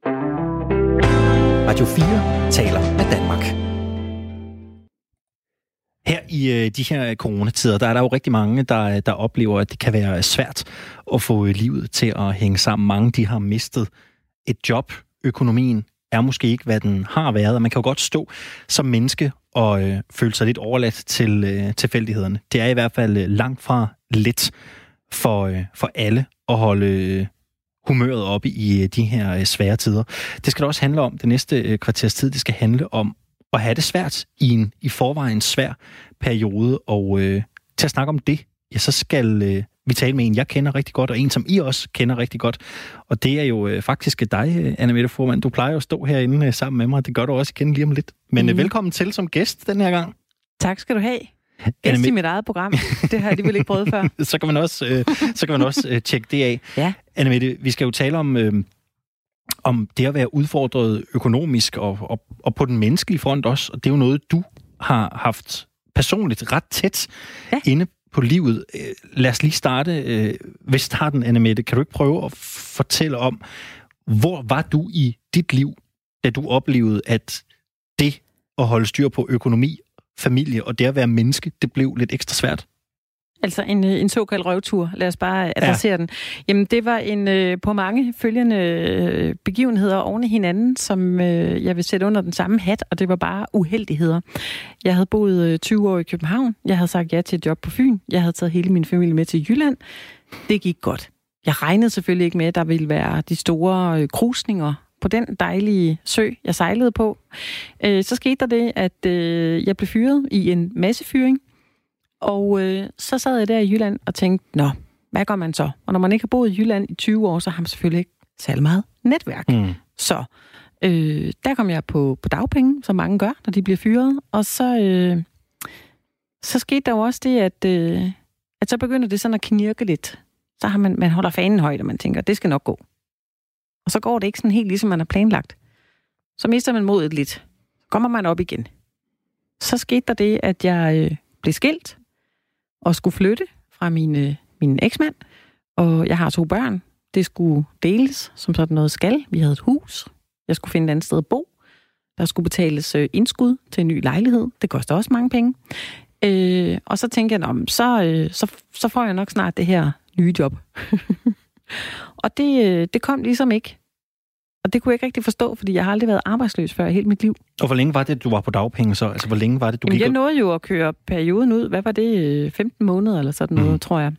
Radio fire taler med Danmark. Her i øh, de her coronatider, der er der jo rigtig mange, der, der oplever, at det kan være svært at få livet til at hænge sammen. Mange de har mistet et job. Økonomien er måske ikke, hvad den har været, og man kan jo godt stå som menneske og øh, føle sig lidt overladt til øh, tilfældighederne. Det er i hvert fald øh, langt fra let for, øh, for alle at holde øh, humøret oppe i øh, de her øh, svære tider. Det skal det også handle om det næste øh, kvarters tid. Det skal handle om at have det svært i en i forvejen svær periode. Og øh, til at snakke om det, ja, så skal øh, vi tale med en, jeg kender rigtig godt, og en, som I også kender rigtig godt. Og det er jo øh, faktisk dig, Anne-Mette Fuhrmann. Du plejer jo at stå herinde øh, sammen med mig, det gør du også igen lige om lidt. Men mm. øh, velkommen til som gæst den her gang. Tak skal du have. Gæst i mit eget program. Det har jeg alligevel ikke prøvet før. så kan man også, øh, så kan man også øh, tjekke det af. Ja. Anne-Mette, vi skal jo tale om... Øh, om det at være udfordret økonomisk og, og, og på den menneskelige front også. Og det er jo noget, du har haft personligt ret tæt ja. inde på livet. Lad os lige starte øh, ved starten, Anne-Mette. Kan du ikke prøve at fortælle om, hvor var du i dit liv, da du oplevede, at det at holde styr på økonomi, familie og det at være menneske, det blev lidt ekstra svært? Altså en, en såkaldt røvtur, lad os bare adressere ja. den. Jamen, det var en øh, på mange følgende øh, begivenheder oven i hinanden, som øh, jeg vil sætte under den samme hat, og det var bare uheldigheder. Jeg havde boet øh, tyve år i København, jeg havde sagt ja til et job på Fyn, jeg havde taget hele min familie med til Jylland. Det gik godt. Jeg regnede selvfølgelig ikke med, at der ville være de store øh, krusninger på den dejlige sø, jeg sejlede på. Øh, så skete der det, at øh, jeg blev fyret i en massefyring. Og øh, så sad jeg der i Jylland og tænkte, nå, hvad gør man så? Og når man ikke har boet i Jylland i tyve år, så har man selvfølgelig ikke særlig meget netværk. Mm. Så øh, der kom jeg på, på dagpenge, som mange gør, når de bliver fyret. Og så, øh, så skete der jo også det, at, øh, at så begynder det sådan at knirke lidt. Så har man, man holder fanen højt, og man tænker, det skal nok gå. Og så går det ikke sådan helt ligesom man har planlagt. Så mister man modet lidt. Så kommer man op igen. Så skete der det, at jeg øh, blev skilt og skulle flytte fra min, øh, min eksmand. Og jeg har to børn. Det skulle deles, som sådan noget skal. Vi havde et hus. Jeg skulle finde et andet sted at bo. Der skulle betales øh, indskud til en ny lejlighed. Det koster også mange penge. Øh, og så tænkte jeg, om så, øh, så, så får jeg nok snart det her nye job. Og det, øh, det kom ligesom ikke. Og det kunne jeg ikke rigtig forstå, fordi jeg har aldrig været arbejdsløs før i hele mit liv. Og hvor længe var det, du var på dagpenge så? Altså, hvor længe var det, du Jamen, gik? Jeg nåede jo at køre perioden ud. Hvad var det? femten måneder eller sådan noget, mm. tror jeg.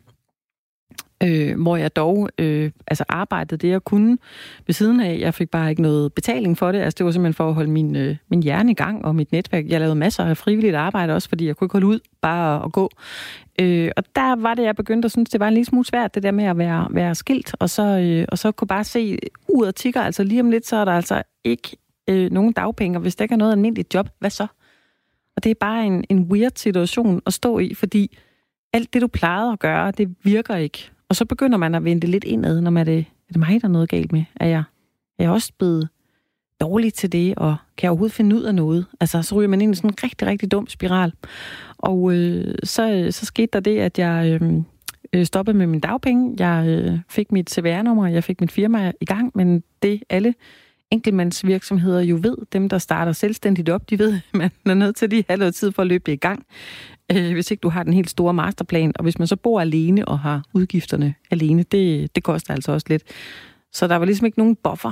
Øh, hvor jeg dog øh, altså arbejdede det, jeg kunne ved siden af. Jeg fik bare ikke noget betaling for det. Altså, det var simpelthen for at holde min, øh, min hjerne i gang og mit netværk. Jeg lavede masser af frivilligt arbejde også, fordi jeg kunne ikke holde ud bare at, at gå. Øh, og der var det, jeg begyndte at synes, det var en lille smule svært, det der med at være, være skilt. Og så, øh, og så kunne bare se, uret tikker, altså lige om lidt, så er der altså ikke øh, nogen dagpenge. Og hvis der ikke er noget almindeligt job, hvad så? Og det er bare en, en weird situation at stå i, fordi alt det, du plejede at gøre, det virker ikke. Og så begynder man at vende lidt indad, når man er det, er det mig, der er noget galt med? Er jeg, er jeg også blevet dårlig til det, og kan jeg overhovedet finde ud af noget? Altså, så ryger man ind i sådan en rigtig, rigtig dum spiral. Og øh, så, så skete der det, at jeg øh, stoppede med min dagpenge. Jeg øh, fik mit C V R-nummer, jeg fik mit firma i gang, men det alle enkeltmandsvirksomheder jo ved, dem der starter selvstændigt op, de ved, at man er nødt til at have noget tid for at løbe i gang, øh, hvis ikke du har den helt store masterplan. Og hvis man så bor alene og har udgifterne alene, det, det koster altså også lidt. Så der var ligesom ikke nogen buffer,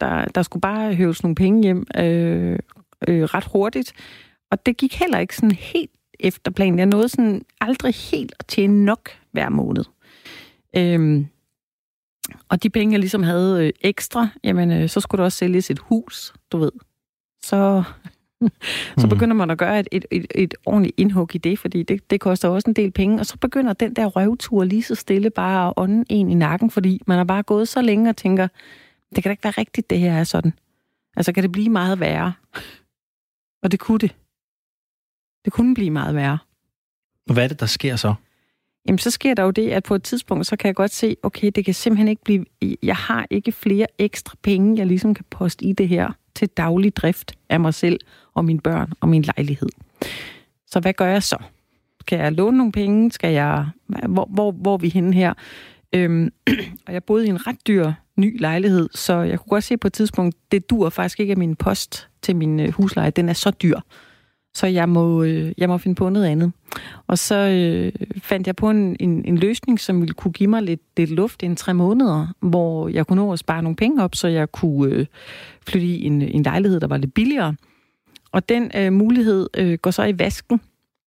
der, der skulle bare høves nogle penge hjem øh, øh, ret hurtigt. Og det gik heller ikke sådan helt efter planen. Jeg nåede sådan aldrig helt at tjene nok hver måned. Øhm, og de penge, jeg ligesom havde øh, ekstra, jamen, øh, så skulle der også sælges et hus, du ved. Så, så begynder man at gøre et, et, et, et ordentligt indhug i det, fordi det, det koster også en del penge. Og så begynder den der røvtur lige så stille bare at ånde en i nakken, fordi man har bare gået så længe og tænker, det kan da ikke være rigtigt, det her er sådan. Altså, kan det blive meget værre? Og det kunne det. Det kunne blive meget værre. Og hvad er det, der sker så? Jamen, så sker der jo det, at på et tidspunkt, så kan jeg godt se, okay, det kan simpelthen ikke blive... Jeg har ikke flere ekstra penge, jeg ligesom kan poste i det her til daglig drift af mig selv og mine børn og min lejlighed. Så hvad gør jeg så? Skal jeg låne nogle penge? Skal jeg... Hvor, hvor, hvor er vi henne her? Øhm, og jeg boede i en ret dyr ny lejlighed, så jeg kunne godt se på et tidspunkt, det dur faktisk ikke af min post til min husleje. Den er så dyr. Så jeg må, øh, jeg må finde på noget andet. Og så øh, fandt jeg på en, en, en løsning, som ville kunne give mig lidt, lidt luft i en tre måneder, hvor jeg kunne nå at spare nogle penge op, så jeg kunne øh, flytte i en, en lejlighed, der var lidt billigere. Og den øh, mulighed øh, går så i vasken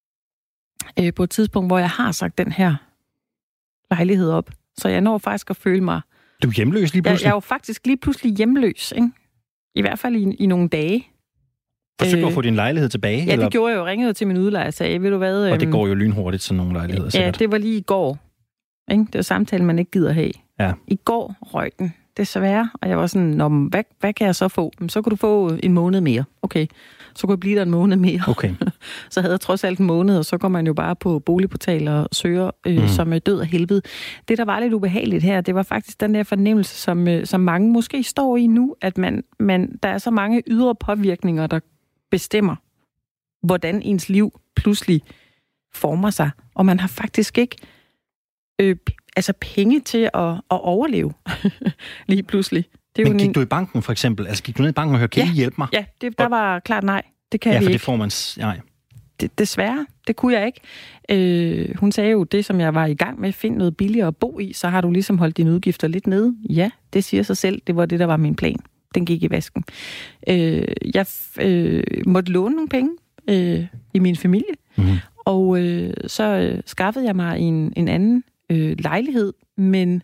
øh, på et tidspunkt, hvor jeg har sagt den her lejlighed op. Så jeg når faktisk at føle mig... Du er hjemløs lige pludselig? Jeg, jeg er jo faktisk lige pludselig hjemløs, ikke? I hvert fald i, i nogle dage. Forsøg at få din lejlighed tilbage? Ja, eller? det gjorde jeg jo. Ringede til min udlejer og sagde, ved du hvad... Og det går jo lynhurtigt, sådan nogle lejligheder, sikkert. Ja, det var lige i går. Ikke? Det var samtalen, man ikke gider have. Ja. I går røg den, desværre. Og jeg var sådan, Nå, hvad, hvad kan jeg så få? Så kunne du få en måned mere. Okay, så kunne jeg blive der en måned mere. Okay. Så havde jeg trods alt en måned, og så går man jo bare på boligportaler og søger, øh, mm. som er død af helvede. Det, der var lidt ubehageligt her, det var faktisk den der fornemmelse, som, øh, som mange måske står i nu, at man, man, der er så mange ydre påvirkninger, der bestemmer, hvordan ens liv pludselig former sig. Og man har faktisk ikke øh, altså penge til at, at overleve lige pludselig. Det er Men jo gik en... du i banken for eksempel? Altså gik du ned i banken og hørte, kan ja. I hjælpe mig? Ja, det, der og... var klart nej. Det kan ja, vi for ikke. det får man... Nej. Det, desværre, det kunne jeg ikke. Øh, hun sagde jo, det som jeg var i gang med, find noget billigere at bo i, så har du ligesom holdt dine udgifter lidt nede. Ja, det siger sig selv. Det var det, der var min plan. Den gik i vasken. Øh, jeg øh, måtte låne nogle penge øh, i min familie, mm-hmm. og øh, så øh, skaffede jeg mig en, en anden øh, lejlighed, men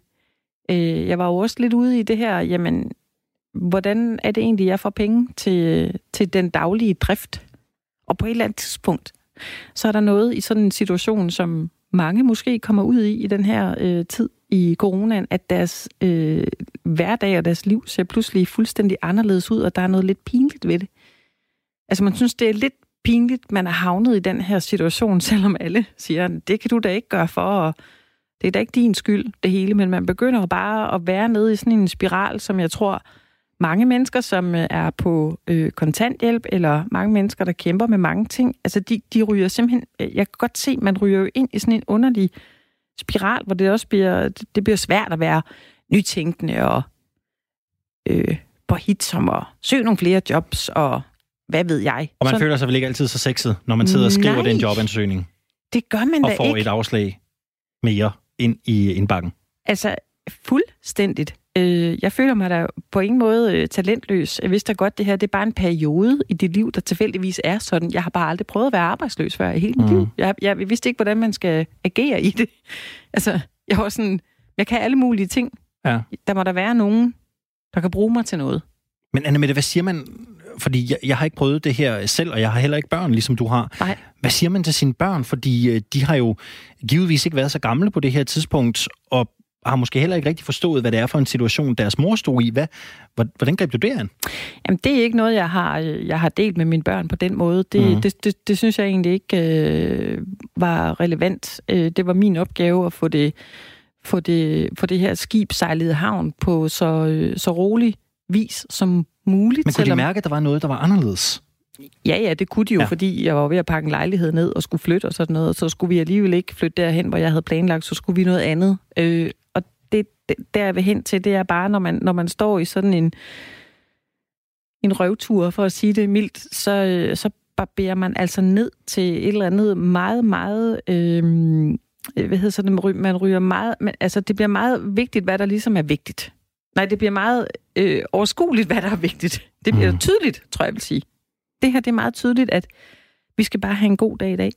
øh, jeg var jo også lidt ude i det her, jamen, hvordan er det egentlig, jeg får penge til, til den daglige drift? Og på et eller andet tidspunkt, så er der noget i sådan en situation, som mange måske kommer ud i i den her øh, tid i coronaen, at deres øh, hverdag og deres liv ser pludselig fuldstændig anderledes ud, og der er noget lidt pinligt ved det. Altså man synes, det er lidt pinligt, man er havnet i den her situation, selvom alle siger, det kan du da ikke gøre for, og det er da ikke din skyld, det hele, men man begynder bare at være nede i sådan en spiral, som jeg tror, mange mennesker, som er på øh, kontanthjælp, eller mange mennesker, der kæmper med mange ting, altså de, de ryger simpelthen, jeg kan godt se, man ryger jo ind i sådan en underlig spiral, hvor det også bliver, det bliver svært at være nytænkende og øh, på hit som at søge nogle flere jobs, og hvad ved jeg. Og man så, føler sig vel ikke altid så sexet, når man sidder og skriver nej, den jobansøgning. Det gør man da ikke. Og får et afslag mere ind i indbakken. Altså, fuldstændigt. Jeg føler mig da på ingen måde talentløs. Jeg vidste da godt, det her det er bare en periode i dit liv, der tilfældigvis er sådan. Jeg har bare aldrig prøvet at være arbejdsløs før i hele mit mm. liv. Jeg, jeg vidste ikke, hvordan man skal agere i det. Altså, jeg var sådan, jeg kan alle mulige ting. Ja. Der må der være nogen, der kan bruge mig til noget. Men Anne-Mette, hvad siger man? Fordi jeg, jeg har ikke prøvet det her selv, og jeg har heller ikke børn, ligesom du har. Nej. Hvad siger man til sine børn? Fordi de har jo givetvis ikke været så gamle på det her tidspunkt, og har måske heller ikke rigtig forstået, hvad det er for en situation, deres mor stod i. Hvad, hvordan greb du det an? Jamen, det er ikke noget, jeg har, jeg har delt med mine børn på den måde. Det, mm. det, det, det synes jeg egentlig ikke øh, var relevant. Det var min opgave at få det, få det, få det her skib sejlet i havn på så, så rolig vis som muligt. Men kunne selvom... de mærke, at der var noget, der var anderledes? Ja, ja, det kunne de jo, ja. Fordi jeg var ved at pakke en lejlighed ned og skulle flytte og sådan noget, og så skulle vi alligevel ikke flytte derhen, hvor jeg havde planlagt, så skulle vi noget andet. Øh, og det, det, der jeg vil hen til, det er bare, når man, når man står i sådan en, en røvtur, for at sige det mildt, så, så barberer man altså ned til et eller andet meget, meget... Øh, hvad hedder så det, man ryger meget... Men, altså, det bliver meget vigtigt, hvad der ligesom er vigtigt. Nej, det bliver meget øh, overskueligt, hvad der er vigtigt. Det bliver mm. tydeligt, tror jeg vil sige. Det her, det er meget tydeligt, at vi skal bare have en god dag i dag.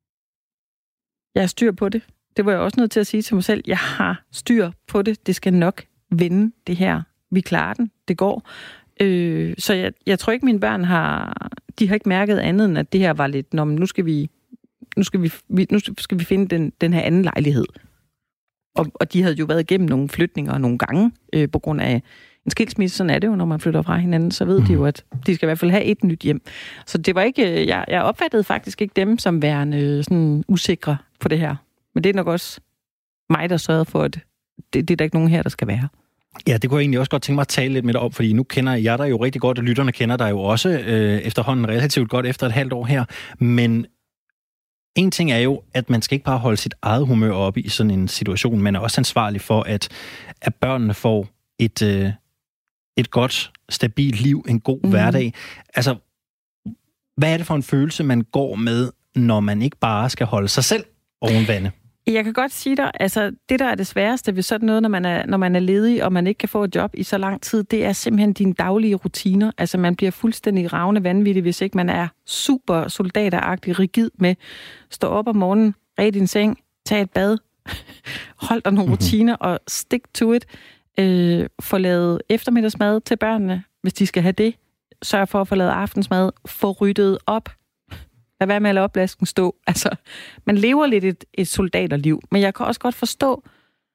Jeg har styr på det. Det var jeg også nødt til at sige til mig selv. Jeg har styr på det. Det skal nok vende det her. Vi klarer den. Det går. Øh, så jeg, jeg tror ikke, mine børn har... De har ikke mærket andet, end at det her var lidt... Nå, men nu skal vi, nu skal vi, nu skal vi finde den, den her anden lejlighed. Og, og de havde jo været igennem nogle flytninger nogle gange, øh, på grund af en skilsmisse. Sådan er det jo, når man flytter fra hinanden, så ved mm. de jo, at de skal i hvert fald have et nyt hjem. Så det var ikke... Jeg, jeg opfattede faktisk ikke dem som værende sådan usikre på det her. Men det er nok også mig, der sørgede for, at det, det er der ikke nogen her, der skal være. Ja, det kunne jeg egentlig også godt tænke mig at tale lidt med dig om, fordi nu kender jeg dig jo rigtig godt, og lytterne kender dig jo også øh, efterhånden relativt godt efter et halvt år her. Men en ting er jo, at man skal ikke bare holde sit eget humør oppe i sådan en situation, man er også ansvarlig for, at, at børnene får et, øh, et godt, stabilt liv, en god mm. hverdag. Altså, hvad er det for en følelse, man går med, når man ikke bare skal holde sig selv oven vande? Jeg kan godt sige dig, altså det, der er det sværeste ved sådan noget, når man er, når man er ledig, og man ikke kan få et job i så lang tid, det er simpelthen dine daglige rutiner. Altså man bliver fuldstændig ravne vanvittig, hvis ikke man er super soldateragtig rigid med stå op om morgenen, red din seng, tag et bad, hold dig nogle rutiner og stick to it. Øh, få lavet eftermiddagsmad til børnene, hvis de skal have det. Sørg for at få lavet aftensmad. Få ryddet op. Lad være med at lade opvasken stå. Altså, man lever lidt et, et soldaterliv. Men jeg kan også godt forstå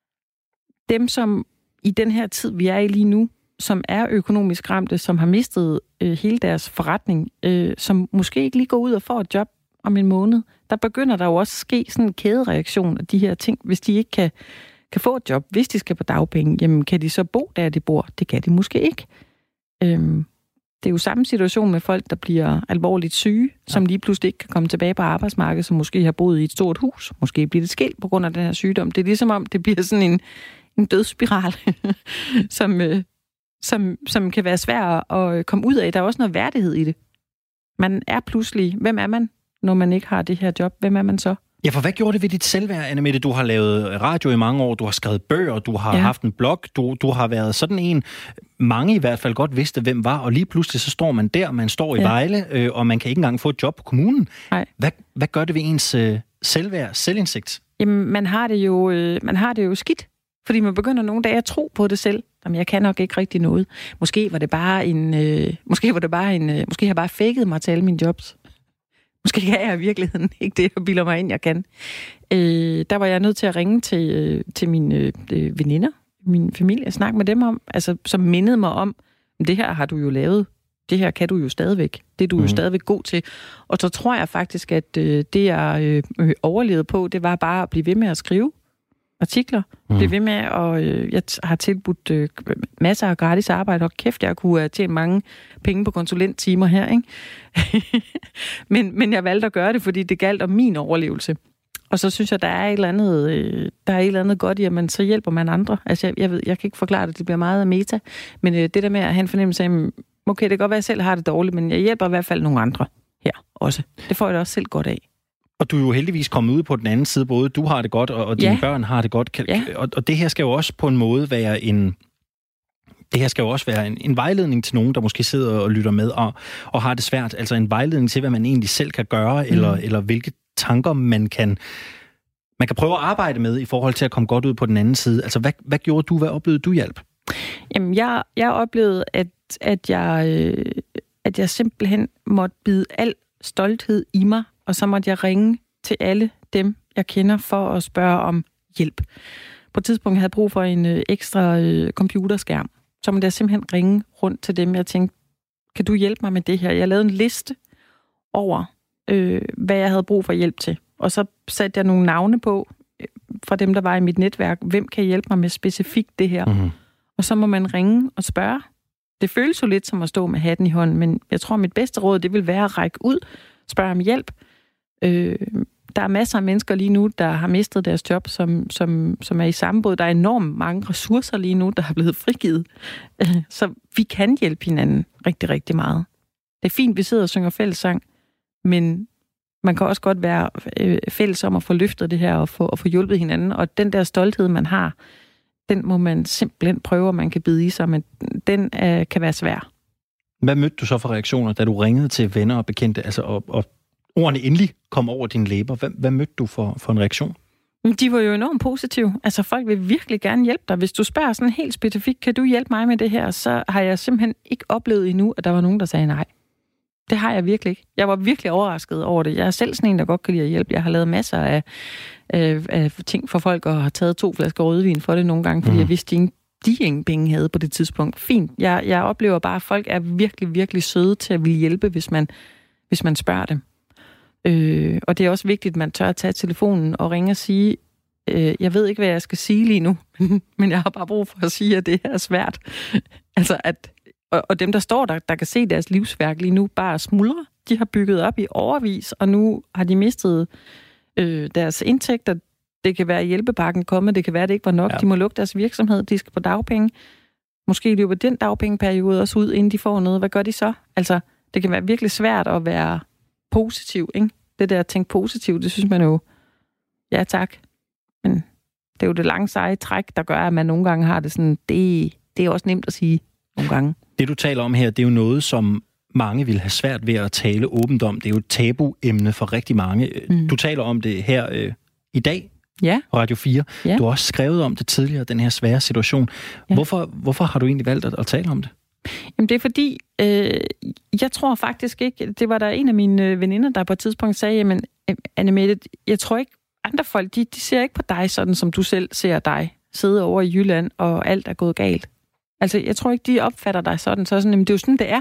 dem, som i den her tid, vi er i lige nu, som er økonomisk ramte, som har mistet øh, hele deres forretning, øh, som måske ikke lige går ud og får et job om en måned. Der begynder der jo også at ske sådan en kædereaktion af de her ting, hvis de ikke kan, kan få et job, hvis de skal på dagpenge. Jamen, kan de så bo der, de bor? Det kan de måske ikke. Øhm, Det er jo samme situation med folk, der bliver alvorligt syge, ja. Som lige pludselig ikke kan komme tilbage på arbejdsmarkedet, som måske har boet i et stort hus. Måske bliver det skilt på grund af den her sygdom. Det er ligesom om, det bliver sådan en, en dødsspiral, som, øh, som, som kan være svær at komme ud af. Der er også noget værdighed i det. Man er pludselig... Hvem er man, når man ikke har det her job? Hvem er man så? Ja, for hvad gjorde det ved dit selvværd, Annemette? Du har lavet radio i mange år, du har skrevet bøger, du har ja. haft en blog, du, du har været sådan en, mange i hvert fald godt vidste, hvem var, og lige pludselig så står man der, man står i ja. Vejle, øh, og man kan ikke engang få et job på kommunen. Hvad, hvad gør det ved ens øh, selvværd, selvindsigt? Jamen, man har det jo, øh, man har det jo skidt, fordi man begynder nogle dage at tro på det selv. Jamen, jeg kan nok ikke rigtig noget. Måske var det bare en, øh, måske var det bare en, øh, måske har jeg bare faked mig til alle mine jobs. Måske kan jeg i virkeligheden ikke det, jeg bilder mig ind, jeg kan. Øh, der var jeg nødt til at ringe til, øh, til mine øh, veninder, min familie, og snakke med dem om, altså, som mindede mig om, det her har du jo lavet, det her kan du jo stadigvæk, det er du mm. jo stadigvæk god til. Og så tror jeg faktisk, at øh, det, jeg øh, overlevede på, det var bare at blive ved med at skrive artikler, mm. blive ved med, og øh, jeg har tilbudt øh, masser af gratis arbejde, og kæft, jeg kunne have tjent mange penge på konsulenttimer her, ikke? men, men jeg valgte at gøre det, fordi det galt om min overlevelse. Og så synes jeg, der er et eller andet, øh, der er et eller andet godt i, at man så hjælper man andre. Altså, jeg, jeg ved, jeg kan ikke forklare det, det bliver meget meta, men øh, det der med at have en fornemmelse af, okay, det kan godt være, at jeg selv har det dårligt, men jeg hjælper i hvert fald nogle andre her også. Det får jeg da også selv godt af. Og du er jo heldigvis kommet ud på den anden side, både du har det godt, og, og dine ja. børn har det godt. Kan, ja. og, og det her skal jo også på en måde være en... Det her skal jo også være en, en vejledning til nogen, der måske sidder og lytter med og, og har det svært. Altså en vejledning til, hvad man egentlig selv kan gøre, mm. eller, eller hvilke tanker man kan, man kan prøve at arbejde med i forhold til at komme godt ud på den anden side. Altså hvad, hvad gjorde du? Hvad oplevede du hjælp? Jamen jeg, jeg oplevede, at, at, jeg, øh, at jeg simpelthen måtte bide al stolthed i mig, og så måtte jeg ringe til alle dem, jeg kender, for at spørge om hjælp. På et tidspunkt havde jeg brug for en øh, ekstra øh, computerskærm. Så måtte jeg simpelthen ringe rundt til dem, jeg tænkte, kan du hjælpe mig med det her? Jeg lavede en liste over, øh, hvad jeg havde brug for hjælp til. Og så satte jeg nogle navne på, øh, fra dem, der var i mit netværk. Hvem kan hjælpe mig med specifikt det her? Mm-hmm. Og så må man ringe og spørge. Det føles jo lidt som at stå med hatten i hånden, men jeg tror, mit bedste råd, det vil være at række ud, spørge om hjælp. Øh, der er masser af mennesker lige nu, der har mistet deres job, som, som, som er i samme båd. Der er enormt mange ressourcer lige nu, der er blevet frigivet. Øh, så vi kan hjælpe hinanden rigtig, rigtig meget. Det er fint, vi sidder og synger fællessang, men man kan også godt være øh, fælles om at få løftet det her og få, og få hjulpet hinanden. Og den der stolthed, man har, den må man simpelthen prøve, og man kan bide i sig, men den øh, kan være svær. Hvad mødte du så for reaktioner, da du ringede til venner og bekendte, altså, og, og ordene endelig kom over dine læber? Hvad, hvad mødte du for, for en reaktion? De var jo enormt positive. Altså, folk vil virkelig gerne hjælpe dig. Hvis du spørger sådan helt specifikt, kan du hjælpe mig med det her, så har jeg simpelthen ikke oplevet endnu, at der var nogen, der sagde nej. Det har jeg virkelig ikke. Jeg var virkelig overrasket over det. Jeg er selv sådan en, der godt kan lide at hjælpe. Jeg har lavet masser af, af, af ting for folk, og har taget to flasker rødvin for det nogle gange, fordi mm. jeg vidste, at de ingen penge havde på det tidspunkt. Fint. Jeg, jeg oplever bare, at folk er virkelig, virkelig søde til at ville hjælpe, hvis man, hvis man spørger dem. Øh, og det er også vigtigt, at man tør at tage telefonen og ringe og sige, øh, jeg ved ikke, hvad jeg skal sige lige nu, men jeg har bare brug for at sige, at det her er svært. altså, at, og, og dem, der står der, der kan se deres livsværk lige nu, bare smuldre. De har bygget op i overvis, og nu har de mistet øh, deres indtægter. Det kan være, at hjælpepakken kommer, det kan være, at det ikke var nok. Ja. De må lukke deres virksomhed, de skal på dagpenge. Måske løber den dagpengeperiode også ud, inden de får noget. Hvad gør de så? Altså, det kan være virkelig svært at være positiv, ikke? Det der at tænke positivt, det synes man jo, ja tak. Men det er jo det lange seje træk, der gør, at man nogle gange har det sådan, det, det er også nemt at sige nogle gange. Det du taler om her, det er jo noget, som mange vil have svært ved at tale åbent om. Det er jo et tabuemne for rigtig mange. Mm. Du taler om det her øh, i dag, ja. Radio fire. Ja. Du har også skrevet om det tidligere, den her svære situation. Ja. Hvorfor, hvorfor har du egentlig valgt at, at tale om det? Jamen det er fordi, øh, jeg tror faktisk ikke, det var der en af mine veninder, der på et tidspunkt sagde, jamen Anne-Mette, jeg tror ikke, andre folk, de, de ser ikke på dig sådan, som du selv ser dig, sidde over i Jylland, og alt er gået galt. Altså, jeg tror ikke, de opfatter dig sådan, så sådan, jamen det er jo sådan, det er.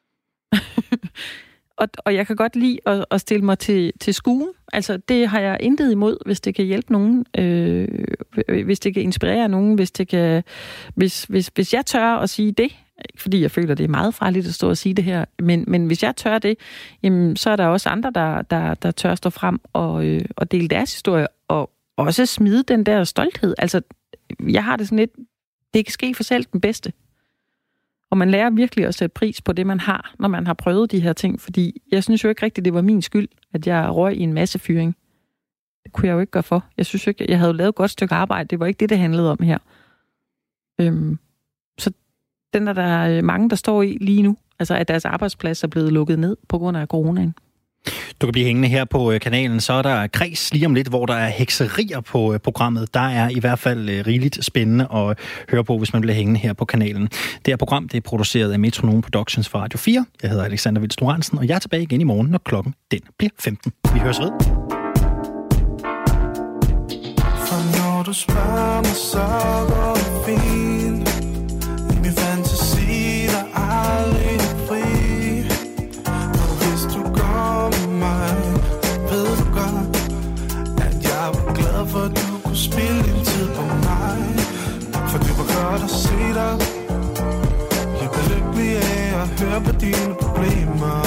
og, og jeg kan godt lide at, at stille mig til, til skue. Altså, det har jeg intet imod, hvis det kan hjælpe nogen, øh, hvis det kan inspirere nogen, hvis det kan, hvis, hvis, hvis jeg tør at sige det, ikke fordi jeg føler, det er meget farligt at stå og sige det her, men, men hvis jeg tør det, jamen, så er der også andre, der, der, der tør stå frem og, øh, og dele deres historie, og også smide den der stolthed. Altså, jeg har det sådan lidt, det kan ske for selv den bedste. Og man lærer virkelig at sætte pris på det, man har, når man har prøvet de her ting, fordi jeg synes jo ikke rigtigt, det var min skyld, at jeg røg i en masse fyring. Det kunne jeg jo ikke gøre for. Jeg synes jo ikke, jeg havde lavet et godt stykke arbejde, det var ikke det, det handlede om her. Øhm, så den er der mange, der står i lige nu. Altså, at deres arbejdsplads er blevet lukket ned på grund af coronaen. Du kan blive hængende her på kanalen. Så er der kreds lige om lidt, hvor der er hekserier på programmet. Der er i hvert fald rigeligt spændende at høre på, hvis man bliver hængende her på kanalen. Det her program, det er produceret af Metronome Productions for Radio fire. Jeg hedder Alexander Vils Lorentzen, og jeg er tilbage igen i morgen, når klokken den bliver femten. Vi høres ved. For når du spørger mig, så går det fint. Min fantasi, der aldrig er fri. Og hvis du går med mig, ved du godt, at jeg var glad for, at du kunne spille din tid på mig. For det var godt at se dig. Jeg blev lykkelig af at høre på dine problemer.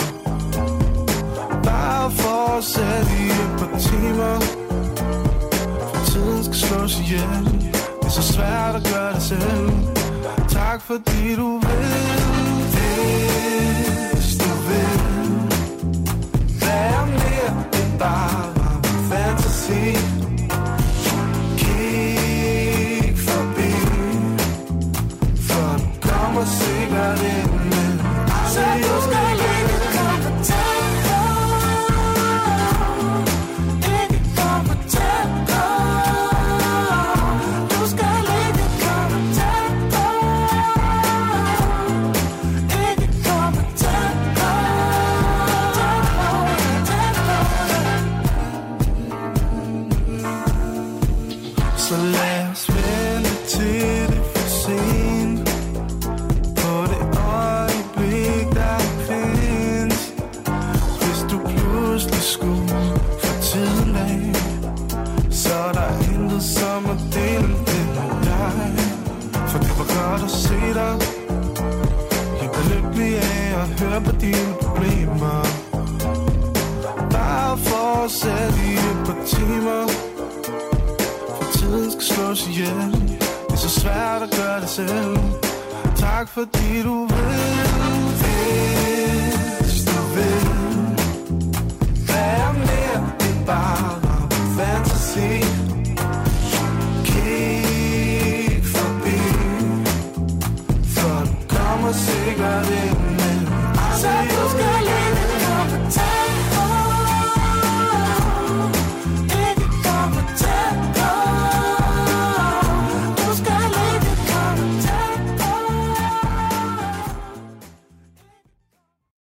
Bare for at sætte i et par timer. For tiden skal slås ihjel. Det er så svært at gøre det selv. Tak fordi du vil det, hvis du vil være mere end bare min fantasi. Kig forbi, for du kommer sikkert ind med så du skal ikke komme på tæt på, ikke komme på tæt på. Du skal ikke komme tæt på, ikke komme tæt på, tæt på, tæt på. Så lad os vente til det for sent, på det øjeblik, der findes. Hvis du pludselig skulle få tiden af, så er der intet som at dele det med dig. For det var godt at se dig. Jeg blev lykkelig af at høre på dine problemer. Bare for at sætte i et par timer. For tiden skal slås ihjel. Det er så svært at gøre det selv. Tak fordi du vil.